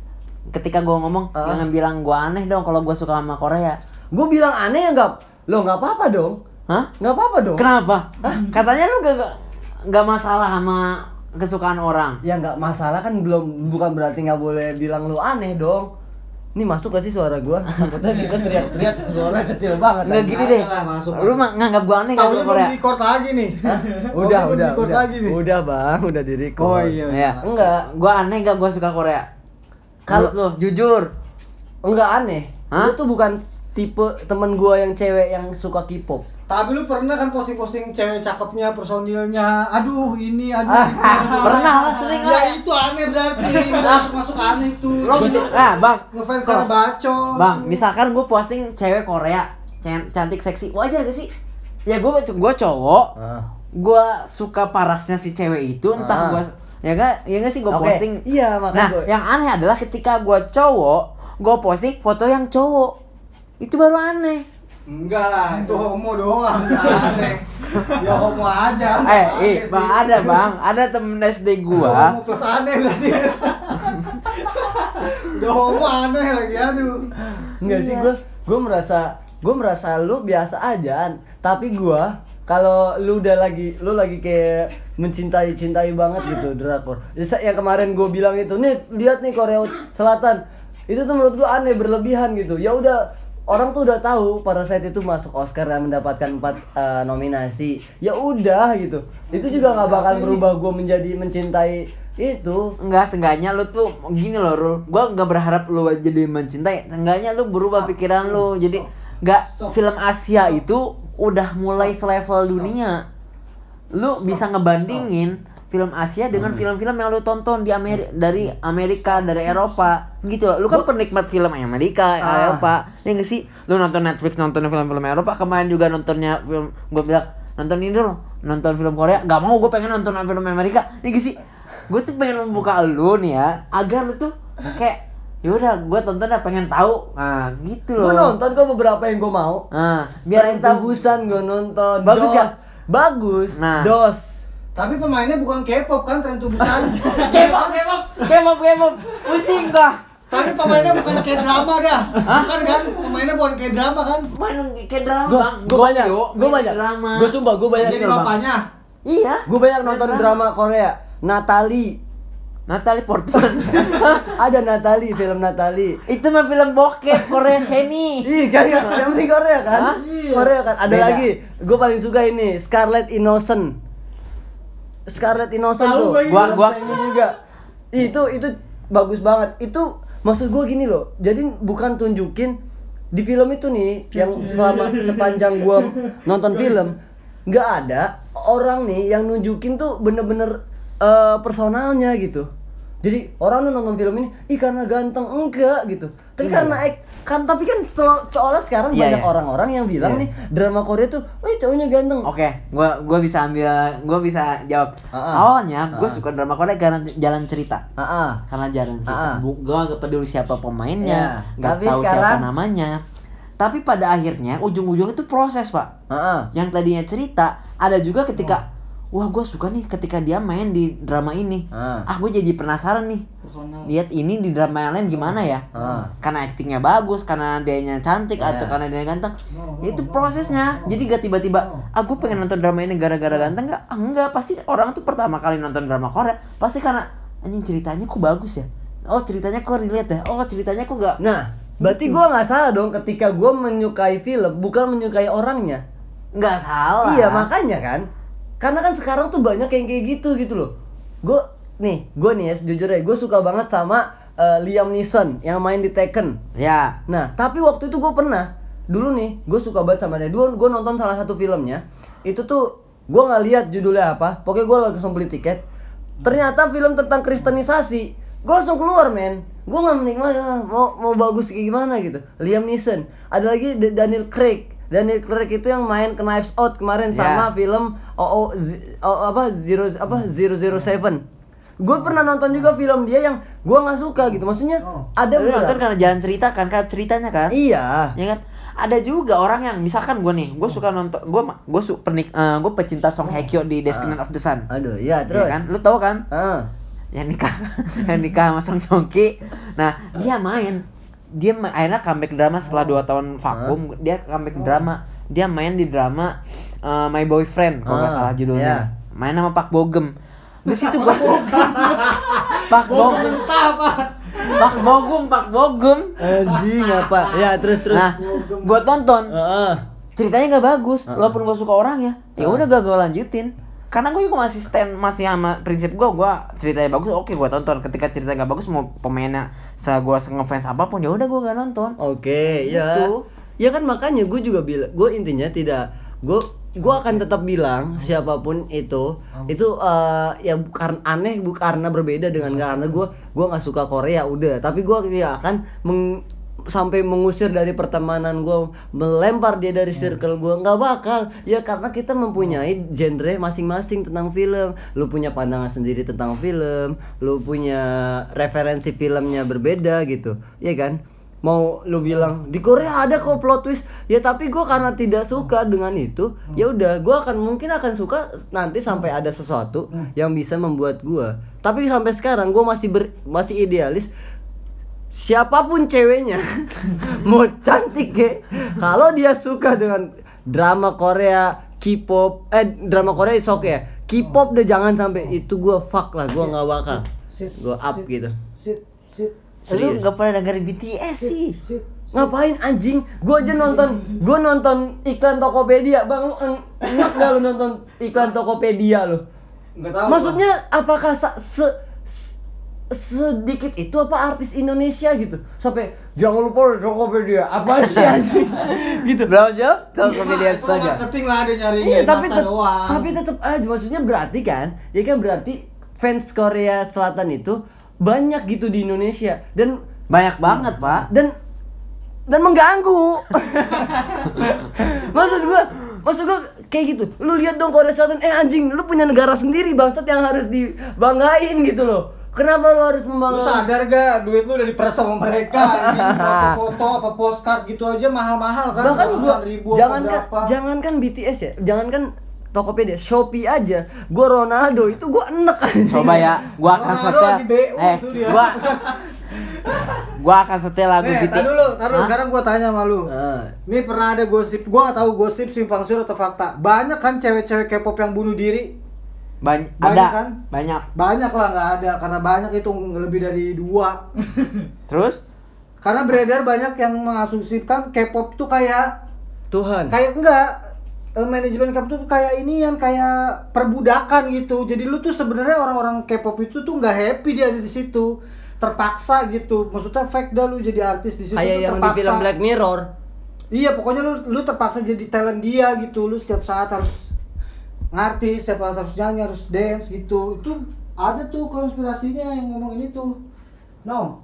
ngomong jangan bilang gua aneh dong kalau gua suka sama Korea. Gue bilang aneh ya nggak apa-apa dong. Hah? Nggak apa-apa dong. Kenapa? Katanya lu gak masalah sama kesukaan orang. Ya nggak masalah kan bukan berarti nggak boleh bilang lu aneh dong. Ini masuk gak sih suara gua? Takutnya kita teriak-teriak suara kecil banget. Enggak anjing. gini deh. Masuk. Lu nganggap gua aneh gak Tahu suka belum Korea? di record lagi nih. Udah, Belum di-record lagi nih. Udah, Bang, udah di record. Oh iya. Ya, Enggak. Gua aneh gak gua suka Korea? Kalau- Menurut lu jujur. Enggak aneh. Hah? Lu tuh bukan tipe temen gua yang cewek yang suka K-pop. Tapi lu pernah kan posting-posting cewek cakepnya, personilnya, aduh ini, aduh. Pernah lah, sering Ya lah. itu aneh berarti, masuk aneh itu. Lo bisa, bang, Ngefans karena bacol. bang, misalkan gue posting cewek Korea cantik seksi, wajar gak sih? Ya gue cowok, gue suka parasnya si cewek itu, entah gue ya gak sih gue Oke, posting. iya, makanya Nah, yang aneh adalah ketika gue cowok, gue posting foto yang cowok, itu baru aneh. Enggak lah, itu homo doang, enggak aneh. Ya homo aja. enggak aneh sih. Bang, ada temen SD Homo gua. plus aneh berarti. Udah homo aneh lagi, aduh. Enggak sih, gue merasa lu biasa aja, tapi kalau lu lagi kayak mencintai banget gitu drakor. Yang kemarin gue bilang itu, nih lihat nih Korea Selatan, itu tuh menurut gue aneh, berlebihan gitu. Ya udah, orang tuh udah tahu Parasite itu masuk Oscar dan mendapatkan 4 nominasi. Ya udah gitu. Itu juga nggak bakal merubah gue menjadi mencintai itu. Enggak, seenggaknya lu tuh gini loh, Rul. Gua enggak berharap lu jadi mencintai. Seenggaknya lu berubah pikiran lu. Jadi film Asia itu udah mulai selevel dunia. Lu bisa ngebandingin film Asia dengan film-film yang lu tonton dari Amerika, dari Eropa gitu loh. Lu kan penikmat film Amerika, Eropa. Ya nggak sih? Lu nonton Netflix, nonton film-film Eropa, kemarin juga nontonnya film, gua bilang nonton ini dulu, nonton film Korea. Nggak mau, gue pengen nonton film Amerika. Ya nggak sih? Gue tuh pengen membuka lu nih ya, agar lu tuh kayak yaudah gue tonton dah, pengen tahu. Nah gitu loh. Gue nonton kok beberapa yang gue mau. Biar kita Busan gue nonton. Bagus Dos. ya? Bagus. Nah. Dos. Tapi pemainnya bukan K-pop kan, Tren Tubusan. K-pop, pusing gua. Tapi pemainnya bukan K-drama dah. Bukan kan? Pemainnya bukan K-drama kan? Main kayak drama bang. Gue banyak. Drama. Gue sumpah gue banyak Jadi bapaknya. Iya. Gue banyak nonton drama Korea. Natalie Portman. Ada Natalie, film Natalie. Itu mah film bokep Korea semi. Ih kan yang penting Korea kan? Hah? Korea kan. Ada Beda. lagi. Gue paling suka ini Scarlet Innocent Tahu tuh. gua Film semi juga. Itu bagus banget. Itu maksud gue gini loh. Jadi bukan tunjukin di film itu nih yang sepanjang gue nonton film nggak ada orang nih yang nunjukin tuh bener-bener personalnya gitu. Jadi orang tuh nonton film ini, karena ganteng, enggak gitu. Tapi tapi kan seolah sekarang Iya, banyak iya. orang-orang yang bilang Iya. nih drama Korea tuh, cowoknya ganteng. Oke, gua bisa jawab. Awalnya gua suka drama Korea karena jalan cerita. Karena jalan cerita. Gua gak peduli siapa pemainnya, Iya. gak Tapi tahu sekarang- siapa namanya. Tapi pada akhirnya ujung-ujungnya itu proses, Pak. Yang tadinya cerita, ada juga ketika wah, gue suka nih ketika dia main di drama ini. Gue jadi penasaran nih. Personal. Lihat ini di drama yang lain gimana ya? Karena aktingnya bagus, karena dianya cantik, atau karena dia ganteng. Itu prosesnya. Jadi gak tiba-tiba, gue pengen nonton drama ini gara-gara ganteng gak? Enggak, pasti orang tuh pertama kali nonton drama Korea pasti karena anjing ceritanya kok bagus ya. Oh, ceritanya kok relate ya. Oh, ceritanya kok gak. Nah, berarti gue nggak salah dong ketika gue menyukai film, bukan menyukai orangnya. Nggak salah. Iya, makanya kan. Karena kan sekarang tuh banyak yang kayak gitu loh. Gue nih ya jujur aja, gue suka banget sama Liam Neeson yang main di Taken. Ya. Nah, tapi waktu itu gue pernah dulu nih, gue suka banget sama dia. Gue nonton salah satu filmnya. Itu tuh gue nggak lihat judulnya apa. Pokoknya gue langsung beli tiket. Ternyata film tentang kristenisasi. Gue langsung keluar, men. Gue nggak menikmati, mau bagus kayak gimana gitu. Liam Neeson. Ada lagi Daniel Craig itu yang main ke Knives Out kemarin sama film 007. Gue pernah nonton juga film dia yang gue nggak suka gitu. Maksudnya ada Lu nonton karena jalan cerita kan, ceritanya kan? Iya. Ya kan? Ada juga orang yang misalkan gue nih, gue suka nonton, gue pecinta Song Hye Kyo di Descendant of the Sun. Aduh, iya terus. Ya kan? Lu tahu kan? Yang nikah sama Song Joong Ki. Nah, dia akhirnya comeback drama setelah 2 tahun vakum. Dia comeback drama. Dia main di drama My Boyfriend kalau nggak salah judulnya. Main sama Park Bo Gum. Di situ gua Park Bo Gum. Anjing apa? Ya, terus. Nah, gua tonton. Ceritanya nggak bagus, walaupun gua suka orangnya. Ya udah gua lanjutin. Karena gue juga masih sama prinsip gue ceritanya bagus, oke gue tonton. Ketika ceritanya nggak bagus, mau pemainnya gue ngefans apapun, ya udah gue nggak nonton. Oke, ya. Gitu. Ya kan makanya gue juga bilang, gue intinya tidak, gue akan tetap bilang siapapun itu ya bukan aneh karena berbeda dengan karena gue nggak suka Korea udah, tapi gue tidak akan sampai mengusir dari pertemanan gue, melempar dia dari circle gue, nggak bakal ya, karena kita mempunyai genre masing-masing tentang film. Lu punya pandangan sendiri tentang film, lu punya referensi filmnya berbeda gitu, ya kan? Mau lu bilang di Korea ada kok plot twist ya, tapi gue karena tidak suka dengan itu, ya udah gue mungkin akan suka nanti sampai ada sesuatu yang bisa membuat gue. Tapi sampai sekarang gue masih idealis. Siapapun ceweknya mau cantik ya, kalau dia suka dengan drama Korea, K-pop, drama Korea is okay ya, K-pop deh jangan sampai itu, gue fuck lah, gue nggak bakal, gue up gitu. Lu nggak pernah dengerin BTS sih? Ngapain anjing? Gue nonton iklan Tokopedia, bang. Lu enak gak lu nonton iklan Tokopedia lu? Nggak tahu. Maksudnya apakah sedikit itu apa artis Indonesia gitu sampai jangan lupa Tokopedia apa sih anjing gitu. Bro Jo, Tokopedia Nah, saja. marketing lah ada nyari. Iya tapi tetap aja, maksudnya berarti kan, ya kan berarti fans Korea Selatan itu banyak gitu di Indonesia dan Banyak banget, Pak. dan mengganggu. maksud gua kayak gitu. Lu lihat dong Korea Selatan, anjing, lu punya negara sendiri bangsat yang harus dibanggain gitu loh. Kenapa lu harus Lu membanggakan? sadar gak duit lu udah diperes sama mereka? Foto-foto apa postcard gitu aja mahal-mahal kan? Bahkan Ratusan gua ribu apa berapa? jangankan BTS ya, jangankan Tokopedia, Shopee aja. Gua Ronaldo itu gua enek aja. Coba ya, gua akan Ronaldo setel. lagi BU tuh dia. Gua akan setel lagu BTS. Taruh sekarang gua tanya sama lu. Ini pernah ada gosip, gua gak tahu gosip simpang siur atau fakta. Banyak kan cewek-cewek K-pop yang bunuh diri? Banyak Banyak ada, kan? banyak. Banyak lah, nggak ada, karena banyak itu lebih dari 2. Terus? Karena beredar banyak yang mengasumsikan K-pop tuh kayak Tuhan. enggak, manajemen K-pop tuh kayak ini yang kayak perbudakan gitu. Jadi lu tuh sebenarnya orang-orang K-pop itu tuh nggak happy dia ada di situ, terpaksa gitu. Maksudnya fake dah lu jadi artis di situ Kayak tuh yang terpaksa. di film Black Mirror. Iya, pokoknya lu terpaksa jadi talent dia gitu. Lu setiap saat harus ngartis, setiap saat harus nyanyi, harus dance gitu. Itu ada tuh konspirasinya yang ngomongin itu. No.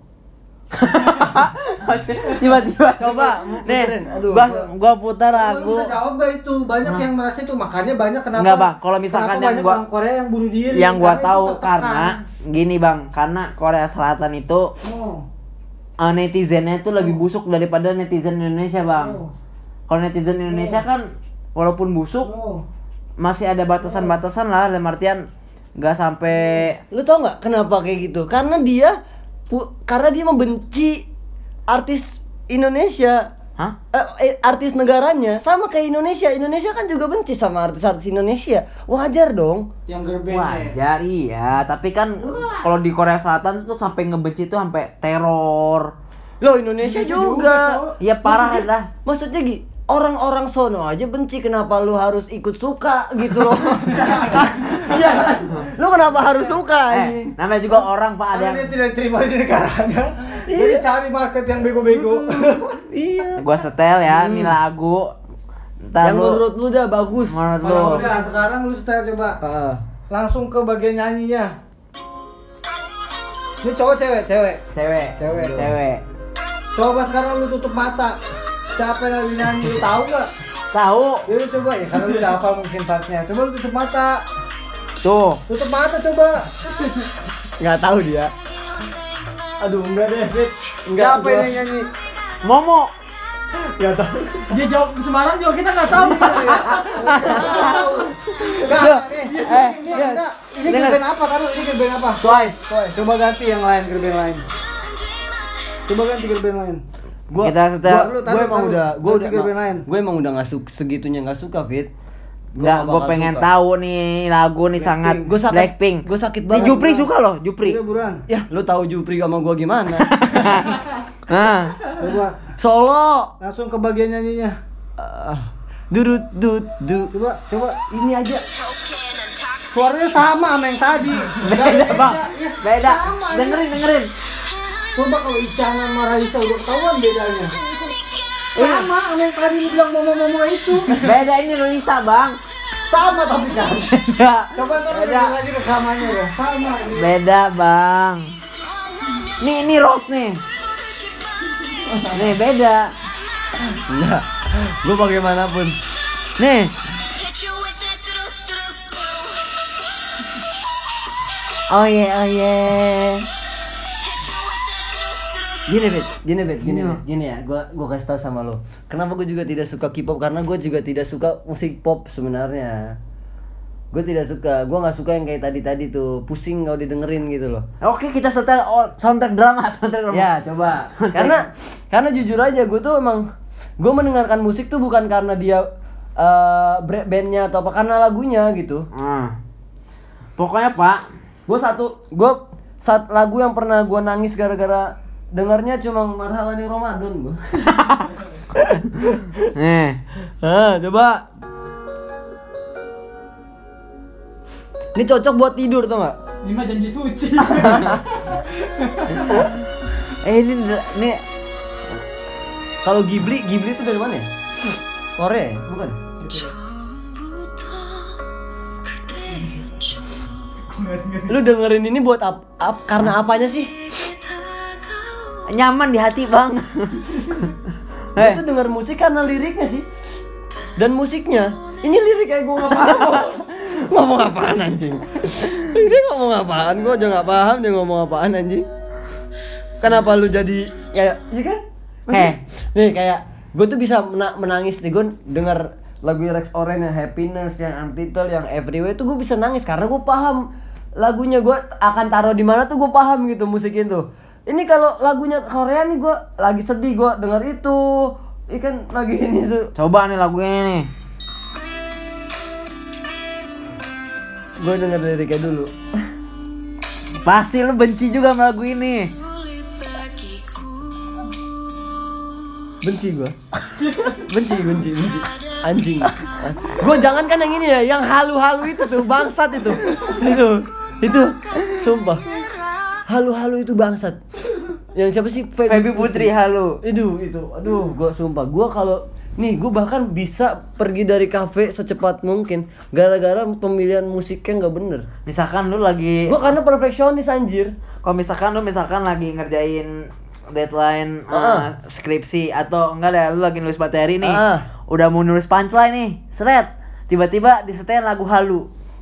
Tiba-tiba Coba, nih, muterin. Aduh, gua putar Lu lagu. bisa jawab gak itu? Banyak yang merasa itu, makanya banyak kenapa? Enggak, Bang. Kalau misalkan kenapa yang banyak gua- orang Korea yang bunuh diri? Yang gua Karena itu tahu tertekan. karena gini, Bang, karena Korea Selatan itu netizennya itu lebih busuk daripada netizen Indonesia, Bang. Oh. Kalau netizen Indonesia kan walaupun busuk Oh. masih ada batasan-batasan lah, dalam artian nggak sampai. Lu tau nggak kenapa kayak gitu? Karena dia membenci artis Indonesia. Hah? Artis negaranya sama kayak Indonesia. Indonesia kan juga benci sama artis-artis Indonesia. Wajar dong. Yang gerbengnya. Wajar, iya, tapi kan kalau di Korea Selatan tuh sampai ngebenci tuh sampai teror. Loh, Indonesia juga. Iya, parah lah. Maksudnya orang-orang sono aja benci, kenapa lu harus ikut suka gitu loh. Iya kan? Lu kenapa harus suka anjing? Namanya juga orang, Pak, ada Karena yang dia tidak terima di negaranya. Jadi cari market yang bego-bego. Iya. gua setel ya nih lagu. Ntar Yang lu- menurut lu dah bagus. menurut lu. Kalau udah sekarang lu setel coba. Langsung ke bagian nyanyinya. Ini cowok cewek? Cewek. Coba sekarang lu tutup mata. Siapa yang lagi nyanyi, lu tahu nggak? Tahu. Ya lu coba ya, karena lu udah hafal mungkin partnya. Coba lu tutup mata. Tuh. Tutup mata coba. Nggak tahu dia. Aduh, enggak deh, Fit. Siapa ini yang nyanyi? Momo. Nggak tahu. Dia jawab Semarang juga kita nggak tahu. Enggak, ini enggak. Ini Dengar. gerben apa? Taruh, ini gerben apa? Twice. Coba ganti yang lain, gerben lain. Coba ganti gerben lain. Kita setel. Taruh, ganti gerben lain. Gue emang udah nggak segitunya nggak suka, Fit. Enggak, gue pengen tahu nih lagu nih sangat Gue sakit. Blackpink. Gue sakit Di banget. Jupri suka loh, Jupri. Udah buruan. Ya, lu tahu Jupri sama gua gimana? Nah, Coba Solo. langsung ke bagian nyanyinya. Dudut dut du. Coba. Ini aja. Suaranya sama sama yang tadi. Nggak ada beda, Bang. Ya, Beda. sama, Dengerin. Coba kalau Isyana sama Raisa udah ketahuan bedanya. Sama sama yang tadi lu bilang momo itu. Beda, ini Lisa bang. Sama tapi kan. Beda. Coba ntar lu dengerin lagi rekamannya ya. Sama. Beda bang. Ini Rose nih. Nih beda. Enggak. Gue bagaimanapun. Nih. Oh yeah. Gini ya, gua kasih tahu sama lo. Kenapa gue juga tidak suka K-pop? Karena gue juga tidak suka musik pop sebenarnya. Gue tidak suka, gue nggak suka yang kayak tadi tuh, pusing kalau didengerin gitu loh. Oke, kita setel soundtrack drama. Ya coba. karena jujur aja gue tuh emang gue mendengarkan musik tuh bukan karena dia bandnya atau apa, karena lagunya gitu. Pokoknya Pak, gue saat lagu yang pernah gue nangis gara-gara dengarnya cuma Marhalani Ramadan gue. nih. Coba. Ini cocok buat tidur tau gak? 5 janji suci. Ini Kalau Ghibli itu dari mana ya? Korea ya? Bukan? Lu dengerin ini buat karena apanya sih? nyaman di hati bang. Gue tuh denger musik karena liriknya sih. Dan musiknya, ini lirik kayak gue gak paham. Ngomong apaan anjing? Dia ngomong apaan? Gue aja gak paham dia ngomong apaan anjing. Kenapa lu jadi kayak, iya kan? Nih kayak gue tuh bisa menangis nih, gue denger lagu Rex Orange yang Happiness, yang Untitled, yang Everywhere tuh gue bisa nangis karena gue paham lagunya, gue akan taruh di mana tuh gue paham gitu musiknya tuh. Ini kalau lagunya Korea nih gue lagi sedih gue denger itu, ikan lagi ini tuh. Coba nih lagu ini nih. Gue denger liriknya dulu. Pasti lu benci juga sama lagu ini. Benci gue. benci anjing. Gue jangan kan yang ini ya, yang halu-halu itu tuh bangsat itu sumpah halu-halu itu bangsat. Yang siapa sih? Feby Putri halu. Itu aduh, gue sumpah gue kalau nih gue bahkan bisa pergi dari kafe secepat mungkin gara-gara pemilihan musiknya nggak bener. Misalkan lu lagi, Gue karena perfeksionis anjir. kalau misalkan lu lagi ngerjain deadline skripsi atau enggak deh, lu lagi nulis materi nih, udah mau nulis punchline nih, seret, tiba-tiba disetel lagu halu.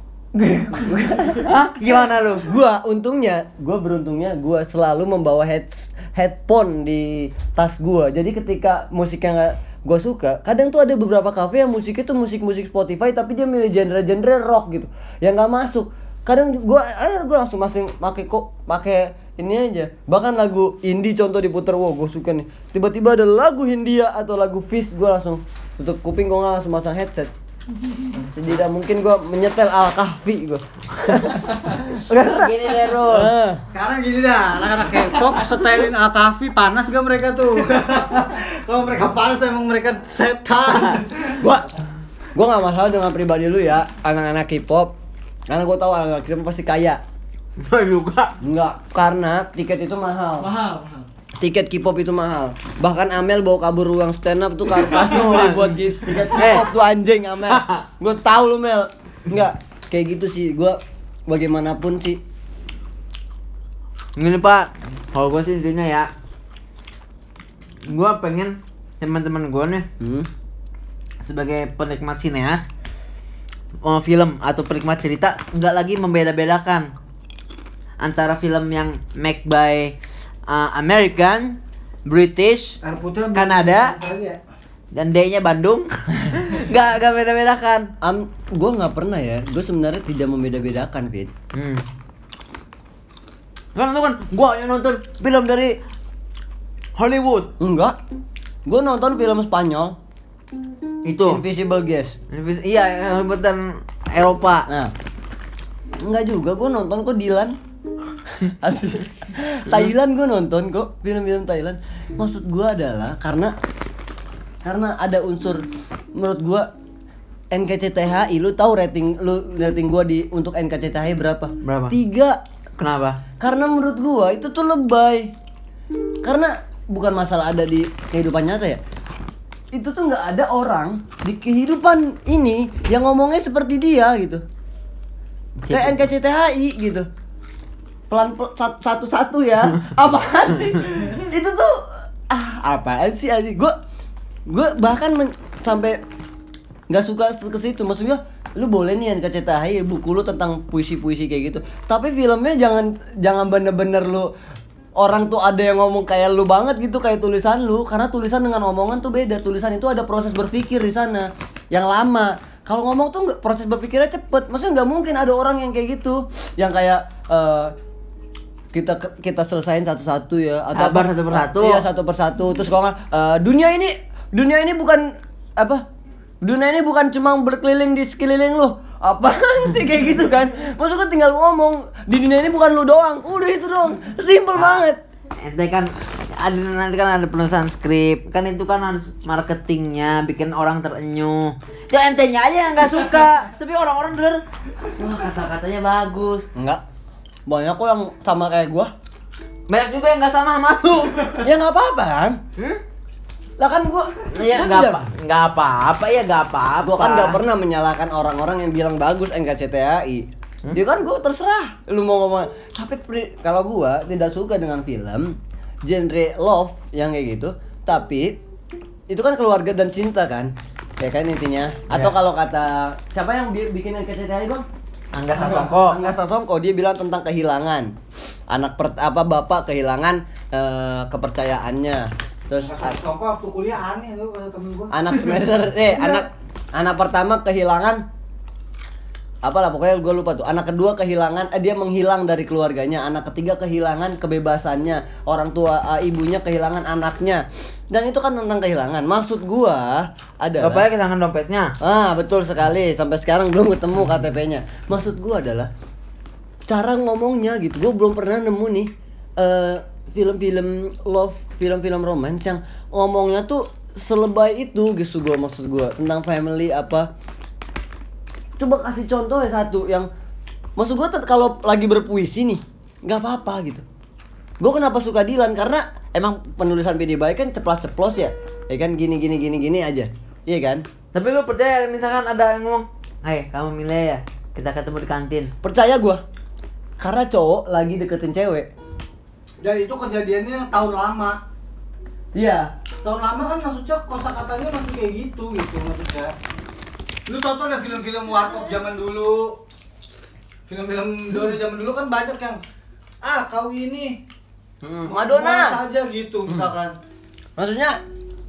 Hah? Gimana lu? Beruntungnya gue selalu membawa headphone di tas gue. Jadi ketika musiknya nggak gue suka, kadang tuh ada beberapa kafe yang musiknya tuh musik Spotify tapi dia milih genre rock gitu yang nggak masuk. Kadang gue langsung pakai ini aja. Bahkan lagu indie contoh diputer, wow gue suka nih. Tiba-tiba ada lagu Hindia atau lagu Fish, gue langsung tutup kuping, gue langsung masang headset. Tidak mungkin gue menyetel Al-Kahfi gue. Gini deh Rul. Sekarang gini dah, anak-anak K-pop setelin Al-Kahfi, panas gak mereka tuh? Kalau mereka panas emang mereka setan. Gua nggak masalah dengan pribadi lu ya, anak-anak K-pop. Karena gue tahu anak K-pop pasti kaya. Gue juga. Enggak, karena tiket itu mahal. Mahal. Tiket K-pop itu mahal. Bahkan Amel bawa kabur ruang stand up tuh pasti mau buat tiket K-pop tuh anjing Amel. Gue tahu lu Mel. Enggak, kayak gitu sih. Gue bagaimanapun sih. Gini Pak, kalau gue sih intinya ya, gue pengen teman-teman gue nih sebagai penikmat sineas, film atau penikmat cerita nggak lagi membeda-bedakan antara film yang make by American, British, Kanada, dan D-nya Bandung. Nggak beda-bedakan. Gue nggak pernah ya. Gue sebenarnya tidak membeda-bedakan, Fit. Kan gue yang nonton film dari Hollywood. Enggak. Gue nonton film Spanyol. Itu Invisible Guest. Iya, buatan Eropa. Nah, enggak juga, gue nonton kok Dilan. Asli. Thailand gue nonton kok, film-film Thailand. Maksud gue adalah karena ada unsur, menurut gue NKCTHI, lu tahu rating gue untuk NKCTHI berapa? 3. Kenapa? Karena menurut gue itu tuh lebay. Karena bukan masalah ada di kehidupan nyata ya. itu tuh nggak ada orang di kehidupan ini yang ngomongnya seperti dia gitu. Kayak NKCTHI gitu. Satu-satu ya. Apaan sih? Itu tuh apaan sih anjing? Gue bahkan sampai nggak suka ke situ. Maksudnya lu boleh nih NKCTHI buku lu tentang puisi-puisi kayak gitu. Tapi filmnya jangan bener-bener lu orang tuh ada yang ngomong kayak lu banget gitu kayak tulisan lu, karena tulisan dengan omongan tuh beda. Tulisan itu ada proses berpikir di sana yang lama. Kalau ngomong tuh nggak, proses berpikirnya cepet. Maksudnya nggak mungkin ada orang yang kayak gitu, yang kayak kita selesain satu-satu ya, atau Sabar satu persatu. Iya, satu persatu. Terus kalau nggak dunia ini bukan apa? Dunia ini bukan cuma berkeliling di sekeliling lu. Apaan sih kayak gitu kan? Maksudnya tinggal ngomong di dunia ini bukan lu doang. Udah itu dong. Simple banget. Ente kan nanti kan ada penulisan skrip, kan itu kan harus marketingnya, bikin orang terenyuh. Ya entenya aja yang nggak suka, tapi orang-orang denger, wah kata-katanya bagus. Enggak. Banyak kok yang sama kayak gua. Banyak juga yang nggak sama lu. Ya nggak apa-apa kan? Lah kan gua Iya nggak apa-apa ya nggak apa-apa. Gua kan nggak pernah menyalahkan orang-orang yang bilang bagus NKCTHI. Dia kan gua terserah lu mau ngomong. Tapi kalau gua tidak suka dengan film genre love yang kayak gitu, tapi itu kan keluarga dan cinta kan? Ya kan intinya. Atau kalau kata siapa yang bikin NKCTHI, Bang? Angga Sasongko. Angga Sasongko, dia bilang tentang kehilangan. Bapak kehilangan kepercayaannya. Terus Songko waktu kuliah aneh tuh kata temen gua. anak semester anak pertama kehilangan apalah pokoknya gue lupa tuh. Anak kedua kehilangan dia menghilang dari keluarganya. Anak ketiga kehilangan kebebasannya. Orang tua ibunya kehilangan anaknya. Dan itu kan tentang kehilangan. Maksud gua adalah Bapaknya kehilangan dompetnya. betul sekali. Sampai sekarang belum ketemu KTP-nya. Maksud gua adalah cara ngomongnya gitu. Gua belum pernah nemu nih film-film love, film-film romance yang ngomongnya tuh selebay itu gitu. Maksud gua tentang family apa. Coba kasih contoh ya satu yang maksud gue kalau lagi berpuisi nih nggak apa-apa gitu. Gue kenapa suka Dilan karena emang penulisan PD baik kan ceplos-ceplos ya kan gini aja, iya kan? Tapi lu percaya misalkan ada yang ngomong, "Hai, kamu milih ya, kita ketemu di kantin." Percaya gue, karena cowok lagi deketin cewek. Dan itu kejadiannya tahun lama. Iya. Tahun lama kan maksudnya kosakatanya masih kayak gitu maksudnya. Lu tau ada film-film warkop zaman dulu. Film-film Doni zaman dulu kan banyak yang kau ini Madonna saja gitu misalkan. Maksudnya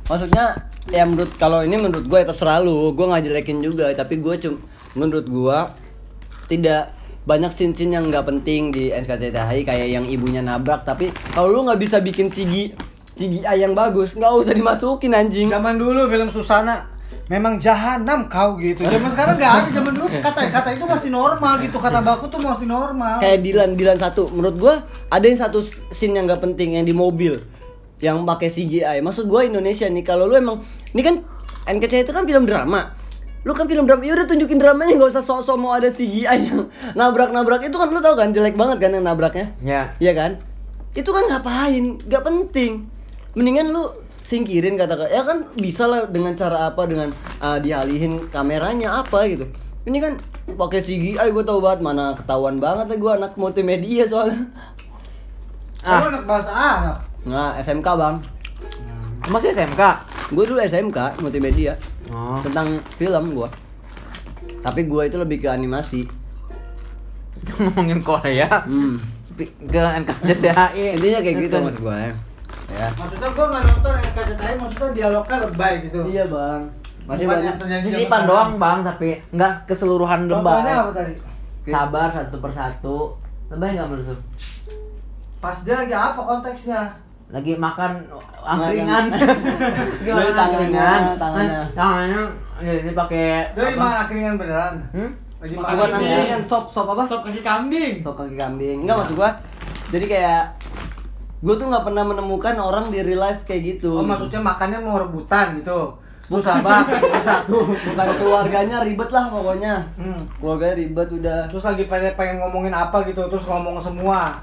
ya menurut gue ya terserah lu, gue nggak jelekin juga, tapi gue menurut gue tidak banyak scene-scene yang nggak penting di NKCTHI kayak yang ibunya nabrak. Tapi kalau lu nggak bisa bikin CGI yang bagus, nggak usah dimasukin anjing. Zaman dulu film Susana memang jahanam kau gitu. Zaman sekarang nggak ada. Zaman dulu kata itu masih normal gitu. Kata baku tuh masih normal. Kayak Dilan satu, menurut gua ada yang satu scene yang nggak penting yang di mobil yang pakai CGI. Maksud gua Indonesia nih, kalau lu emang ini kan NKCTHI itu kan film drama. Lu kan film drama, ya udah tunjukin dramanya, nggak usah sok-sok mau ada CGI yang nabrak itu kan lu tau kan jelek banget kan yang nabraknya. Ya. Iya kan? Itu kan ngapain? Nggak penting. Mendingan lu singkirin kata-kata, ya kan bisa lah dengan cara apa, dengan dialihin kameranya apa gitu. Ini kan pakai CGI, gue tau banget, mana ketahuan banget ya gue anak multimedia soalnya. Kamu anak bahasa Arab. Nah, SMK bang. Masih SMK? Gue dulu SMK multimedia. Oh. Tentang film gue. Tapi gue itu lebih ke animasi. Kita ngomongin Korea. Ke NKCTHI. Intinya kayak gitu maksud gue ya. Maksudnya gua nggak nonton NKCTHI, maksudnya dialognya lebay gitu. Iya bang. Masih Bukan banyak yang terjadi zaman Sisipan sekarang. doang bang, tapi nggak keseluruhan Contohnya lebay. apa tadi? Sabar satu persatu. Lebay nggak menurut lu? Pas dia lagi apa konteksnya? Lagi makan angkringan. Dari tangannya. Jadi pakai Dari apa? mana keringan beneran? Lagi Bukan makan angkringan, sop apa? Sop kaki kambing. Sop kaki kambing. Enggak maksud gua. Jadi kayak gua tuh nggak pernah menemukan orang di real life kayak gitu. Oh maksudnya makannya mau rebutan gitu. Terus sabar satu. Bukan keluarganya ribet lah pokoknya. Hmm. Keluarganya ribet udah. Terus lagi pengen ngomongin apa gitu, terus ngomong semua.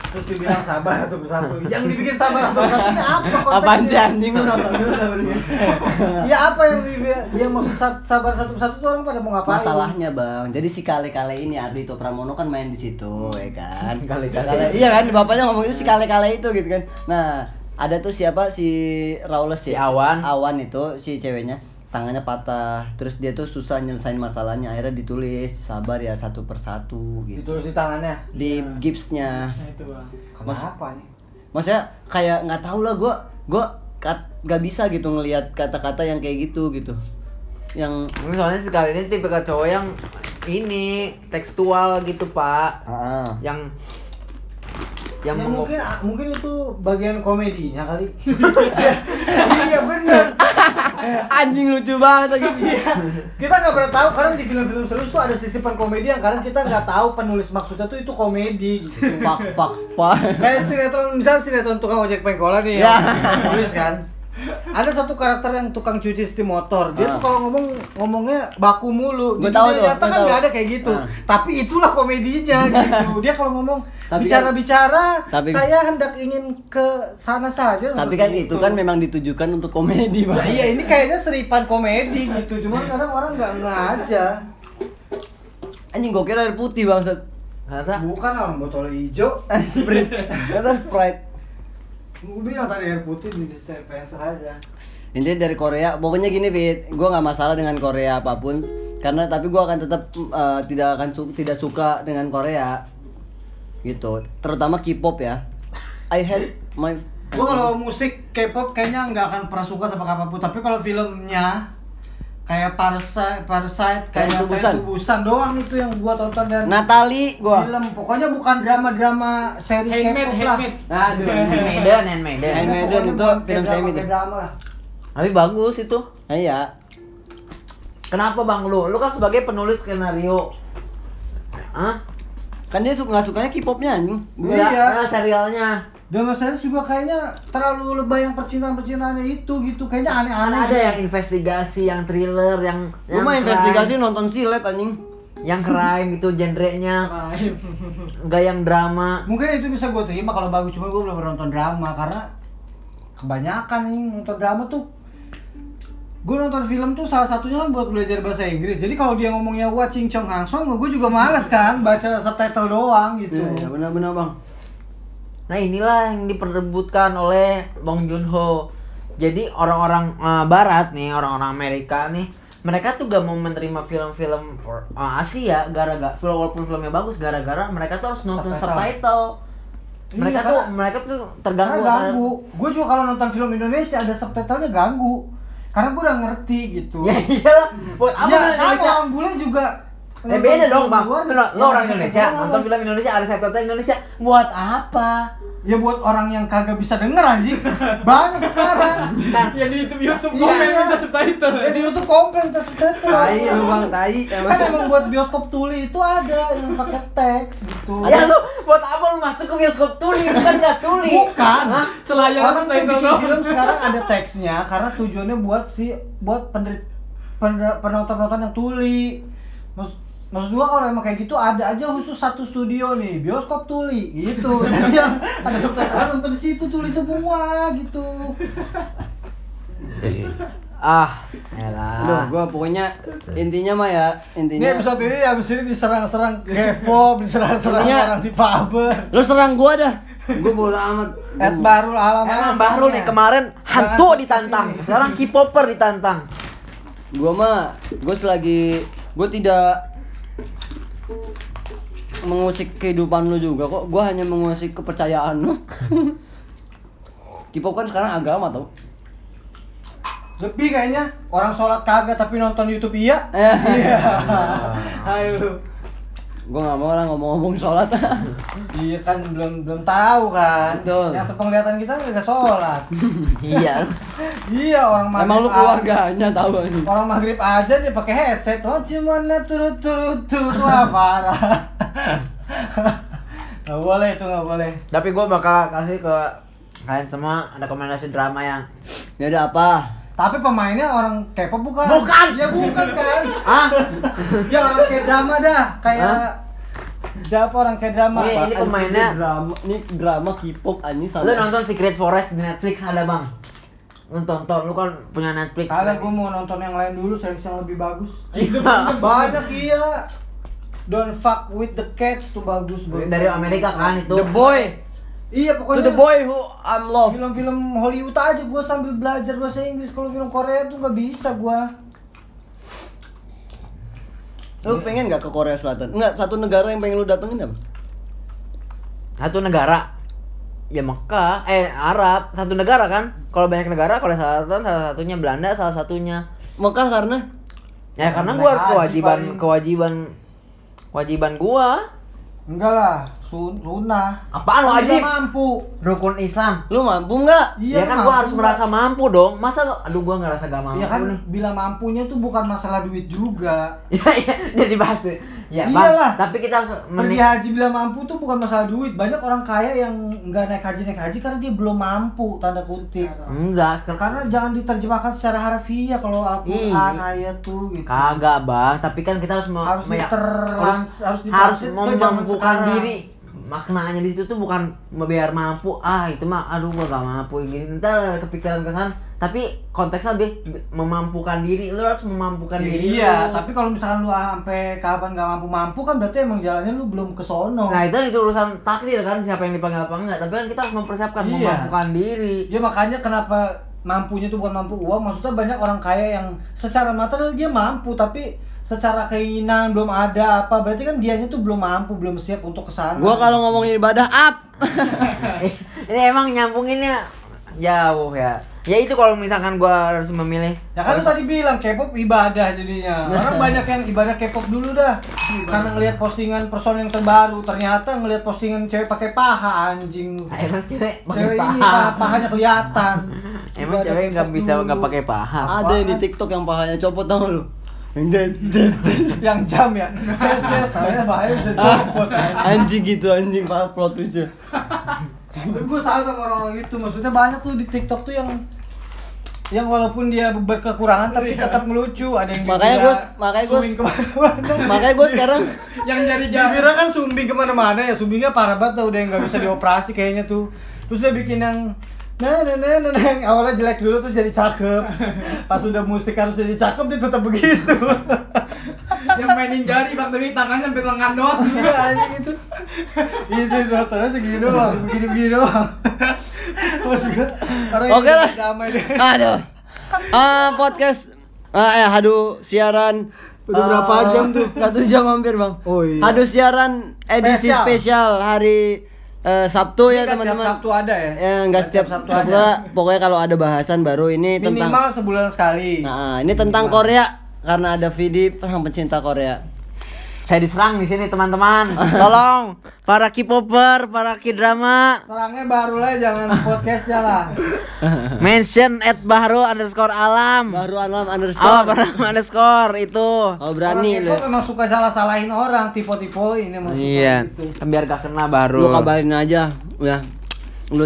terus dibilang sabar satu persatu. Yang dibikin sabar satu persatu ini apa konteksnya? Apaan sih anjing lu nonton dulu dah bro. Ya apa yang dia maksud sabar satu persatu tuh orang pada mau ngapain? Masalahnya bang, jadi si Kale-Kale ini Ardhito Pramono kan main di situ, ya kan? Kale-Kale. Iya kan, bapaknya ngomong itu si Kale-Kale itu gitu kan. Nah, ada tuh siapa si Rawles Si ya? Awan. Awan itu si ceweknya tangannya patah, terus dia tuh susah nyelesain masalahnya, akhirnya ditulis sabar ya satu persatu gitu. Ditulis di tangannya. Di gipsnya. Itu bang. Kenapa nih? Maksudnya kayak nggak tahu lah gue nggak bisa gitu ngelihat kata-kata yang kayak gitu. Yang Soalnya sekali ini tipe cowok yang ini tekstual gitu pak, yang Ya mungkin itu bagian komedinya kali. Iya bener. anjing lucu banget lagi. Iya. Kita nggak pernah tahu karena di film-film serius tuh ada sisipan komedi yang kadang kita nggak tahu penulis maksudnya tuh itu komedi gitu. Pak. Kayak sinetron tukang ojek pengkolan nih Ya. yang tulis kan. Ada satu karakter yang tukang cuci setir motor. Dia tuh kalau ngomongnya baku mulu. Gua Di tahu dunia tuh, nyata gua kan tahu. nggak ada kayak gitu. Tapi itulah komedinya gitu. Dia kalau ngomong Tapi bicara, tapi- saya hendak ingin ke sana saja. Tapi seperti kan itu kan memang ditujukan untuk komedi, Bang. Nah, iya ini kayaknya seripan komedi gitu. Cuman kadang orang nggak aja. Anjing gua kira air putih, bangsat. ternyata Bukan orang botol hijau. Sprite. Kata Sprite. Gue bilang tadi air putih di dispenser aja. Intinya dari Korea, pokoknya gini Fit, gue nggak masalah dengan Korea apapun, karena tapi gue akan tetap tidak suka dengan Korea, gitu. Terutama K-pop ya. I hate my. Gue kalau musik K-pop kayaknya nggak akan pernah suka sama apapun. Tapi kalau filmnya kayak Parasite, kayak Tubusan doang itu yang gua tonton dan Natali gue. film. Pokoknya bukan drama series K-pop lah. Aduh. Handmaiden. Handmaiden itu film semi itu. drama lah. Tapi bagus itu. Iya. Kenapa bang lu kan sebagai penulis skenario, Kan dia nggak sukanya K-popnya anjing. Iya. Serialnya. Drama series juga kayaknya terlalu lebay yang percintaan-percintaannya itu gitu. Kayaknya Kan aneh-aneh. ada yang investigasi, yang thriller, yang Gue mah crime, investigasi nonton silet anjing. yang crime gitu genrenya, enggak yang drama. Mungkin itu bisa gue terima kalau bagus, cuma gue belum pernah nonton drama karena kebanyakan nih nonton drama tuh. Gue nonton film tuh salah satunya kan buat belajar bahasa Inggris. Jadi kalau dia ngomongnya watching Chong Hang Song, gue juga males kan baca subtitle doang gitu. Iya, benar-benar bang. Nah inilah yang diperebutkan oleh Bong Joon-ho. Jadi orang-orang Barat nih, orang-orang Amerika nih, mereka tuh gak mau menerima film-film Asia gara-gara walaupun filmnya bagus, gara-gara mereka tuh harus nonton subtitle. Mereka tuh terganggu. Karena ganggu. Gue juga kalau nonton film Indonesia ada subtitlenya ganggu. Karena gue udah ngerti gitu. Ya iyalah. Buat apa Ya, film sama Indonesia? orang bule juga. Beda dong bang. Lo orang Ya, Indonesia, males. nonton film Indonesia ada subtitle Indonesia. Buat apa? Ya buat orang yang kagak bisa denger anjing. Banyak sekarang. Ya di YouTube Iya. komen minta subtitle. Ya di YouTube komplain minta subtitle. Tai lu bang, tai. Kan emang buat bioskop tuli itu ada yang pakai teks gitu. Ya lu buat apa lu masuk ke bioskop tuli bukan nggak tuli? Bukan. Selayar Orang tuh subtitle bikin doang. film sekarang ada teksnya karena tujuannya buat penonton-penonton yang tuli. Maksud gua kalau emang kayak gitu ada aja khusus satu studio nih, bioskop tuli gitu. Jadi yang ada subtitle nonton di situ tuli semua gitu. Elah. Aduh, gua pokoknya intinya mah ya, Ini intinya episode ini abis ini diserang-serang K-pop, diserang-serang Intinya- orang di Faber. lu serang gua dah. Gua bodo amat. Ed Barul Alam. Emang Bahrul nih kemarin hantu ditantang, sekarang K-popper ditantang. Gua tidak mengusik kehidupan lu juga kok. Gua hanya mengusik kepercayaan lu. K-pop kan sekarang agama tau. Lebih kayaknya orang sholat kagak tapi nonton YouTube iya. Iya. Ayo. Gua nggak mau lah ngomong-ngomong sholat. Iya kan belum tahu kan. Betul. Yang sepenglihatan kita nggak sholat. Iya. Iya orang maghrib. Emang lu keluarganya tahu ini. Orang maghrib aja dia pakai headset. Oh cuman turut wah parah. Nggak boleh itu nggak boleh. Tapi gue bakal kasih ke kalian semua rekomendasi drama yang Ya udah apa? Tapi pemainnya orang K-pop bukan? Bukan! Ya bukan kan? ah Ya orang kayak drama dah, kayak Siapa orang kayak drama? Ini Apaan pemainnya. sih ini drama K-pop anjing Lu sama. nonton Secret Forest di Netflix ada bang? Lu tonton, lu kan punya Netflix. Kagak, gue mau nonton yang lain dulu, series yang lebih bagus. Iya. Banyak iya. Don't fuck with the cats tuh bagus. Dari Amerika kan itu. The Boy. Iya To pokoknya. the boy who I'm love. Film-film Hollywood aja gue sambil belajar bahasa Inggris. Kalau film Korea tuh nggak bisa gue. Lu pengen nggak ke Korea Selatan? Enggak, satu negara yang pengen lu datengin apa? Satu negara. Ya Mekah, Arab, satu negara kan? Kalau banyak negara, Korea Selatan salah satunya, Belanda salah satunya. Mekah karena Ya karena Naik gua harus haji kewajiban gua. Enggak lah, sunnah. Apaan lo Kan wajib? nggak mampu. Rukun Islam. lu mampu nggak? Ya kan gua harus merasa mampu dong. Masa lo, aduh gua ngerasa gak mampu Ya kan nih. bilang mampunya tuh bukan masalah duit juga. Ya, jadi bahas tuh. Ya, Iyalah. Bang, tapi kita harus Pergi haji bilang mampu tuh bukan masalah duit. Banyak orang kaya yang nggak naik haji karena dia belum mampu, tanda kutip. enggak, Karena jangan diterjemahkan secara harfiah kalau Al-Quran ayat tuh gitu. kagak, Bang. Tapi kan kita harus Harus harus harus harus ditranslate ke zaman memampukan sekarang. diri. Maknanya di situ tuh bukan biar mampu. Itu mah aduh gua gak mampu gini. Ntar ada kepikiran ke sana. Tapi konteksnya lebih memampukan diri. Lu harus memampukan diri. Iya, lu. tapi kalau misalkan lu sampai kapan gak mampu kan berarti emang jalannya lu belum ke sono. Nah, itu urusan takdir kan, siapa yang dipanggil apa enggak. Tapi kan kita harus mempersiapkan Iya. memampukan diri. Ya makanya kenapa mampunya tuh bukan mampu uang, maksudnya banyak orang kaya yang secara material dia mampu tapi secara keinginan belum ada apa, berarti kan dianya tuh belum mampu, belum siap untuk kesana. Gua kalau ngomongin ibadah up. Ini emang nyambunginnya jauh ya. Ya itu kalau misalkan gua harus memilih. Ya kan lu tadi bilang K-pop ibadah jadinya. Orang banyak yang ibadah K-pop dulu dah. Karena ngelihat postingan personel yang terbaru, ternyata ngelihat postingan cewek pakai paha anjing. Emang cewek pakai Cewek ini paha. pahanya kelihatan. Emang Ibadah cewek nggak K-pop bisa dulu. nggak pakai paha. Ada yang di TikTok yang pahanya copot tau lu. Yang Yang jam ya. Saya tahunya bahaya bisa copot. anjing gitu anjing paha plot twistnya. Tapi gue salut sama orang-orang gitu. Maksudnya banyak tuh di TikTok tuh yang walaupun dia berkekurangan tapi tetap ngelucu. Ada yang Makanya gua makanya gua sekarang Yang nyari jalan. Bibirnya kan sumbing kemana-mana ya, sumbingnya parah banget tuh, udah yang nggak bisa dioperasi kayaknya tuh. Terus dia bikin yang yang awalnya jelek dulu terus jadi cakep. Pas udah musik harus jadi cakep dia tetap begitu. Yang mainin jari bang, tapi tangannya sampai lengan doang. Iya anjing itu. Itu dokternya segini doang, begini doang. Maksud gua, orang yang Oke lah. damai deh. aduh. Podcast siaran Udah berapa jam tuh? 1 jam hampir, Bang. Oh, iya. Hadu siaran edisi spesial hari Sabtu ya, Ini kan teman-teman. tiap Sabtu ada ya? Enggak setiap Sabtu pokoknya kalau ada bahasan baru ini tentang Minimal sebulan sekali. Nah, ini tentang Korea karena ada Vidi orang pencinta Korea. Saya diserang di sini teman-teman. Tolong para K-popper, para K-drama, Serangnya baru lah, jangan podcastnya lah. mention @bahru_alam. Baru alam Oh, underscore. __ itu. Kalau berani Orang lu. K-pop memang suka salah-salahin orang, tipe-tipein emang suka Iya. gitu. Biar gak kena baru. Lu kabarin aja. Ya. Lu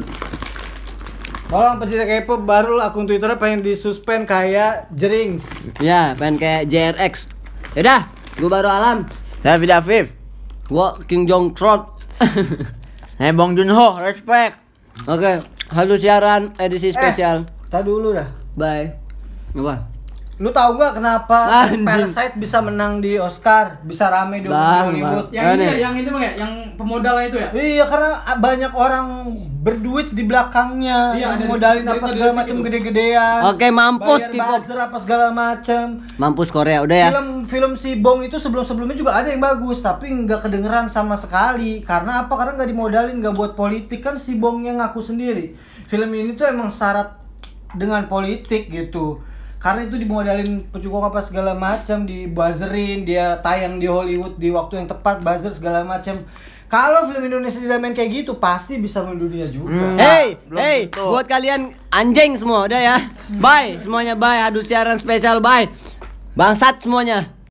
Tolong pecinta K-pop baru akun Twitternya pengen disuspend kayak Jerings. ya, pengen kayak JRX. Yaudah, gua baru alam. Saya Vida Afif. Gua King Jong Trot. Bong Joon-ho, respect. Oke, halo siaran edisi spesial. Tadi dulu dah. Bye. Apa? Lu tahu nggak kenapa Anjing. Parasite bisa menang di Oscar, bisa rame di Bang, Hollywood? Yang ini ya, yang itu bang ya, yang pemodalnya itu ya. Iya, karena banyak orang berduit di belakangnya, Iya, yang ada modalin apa berita segala di macam itu. gede-gedean. Oke, mampus bayar K-pop. buzzer apa segala macam. Mampus Korea udah ya. Film si Bong itu sebelum-sebelumnya juga ada yang bagus, tapi nggak kedengeran sama sekali. Karena apa? Karena nggak dimodalin, nggak buat politik, kan si Bongnya ngaku sendiri. Film ini tuh emang syarat dengan politik gitu. Karena itu dimodalin pencukok apa segala macam, dibuzzerin, dia tayang di Hollywood di waktu yang tepat, buzzer segala macam. Kalau film Indonesia diramein kayak gitu, pasti bisa mendunia juga. Hey, belum hey, tentu. buat kalian anjing semua udah ya. Bye semuanya, bye. Hadu siaran spesial, bye. Bangsat semuanya.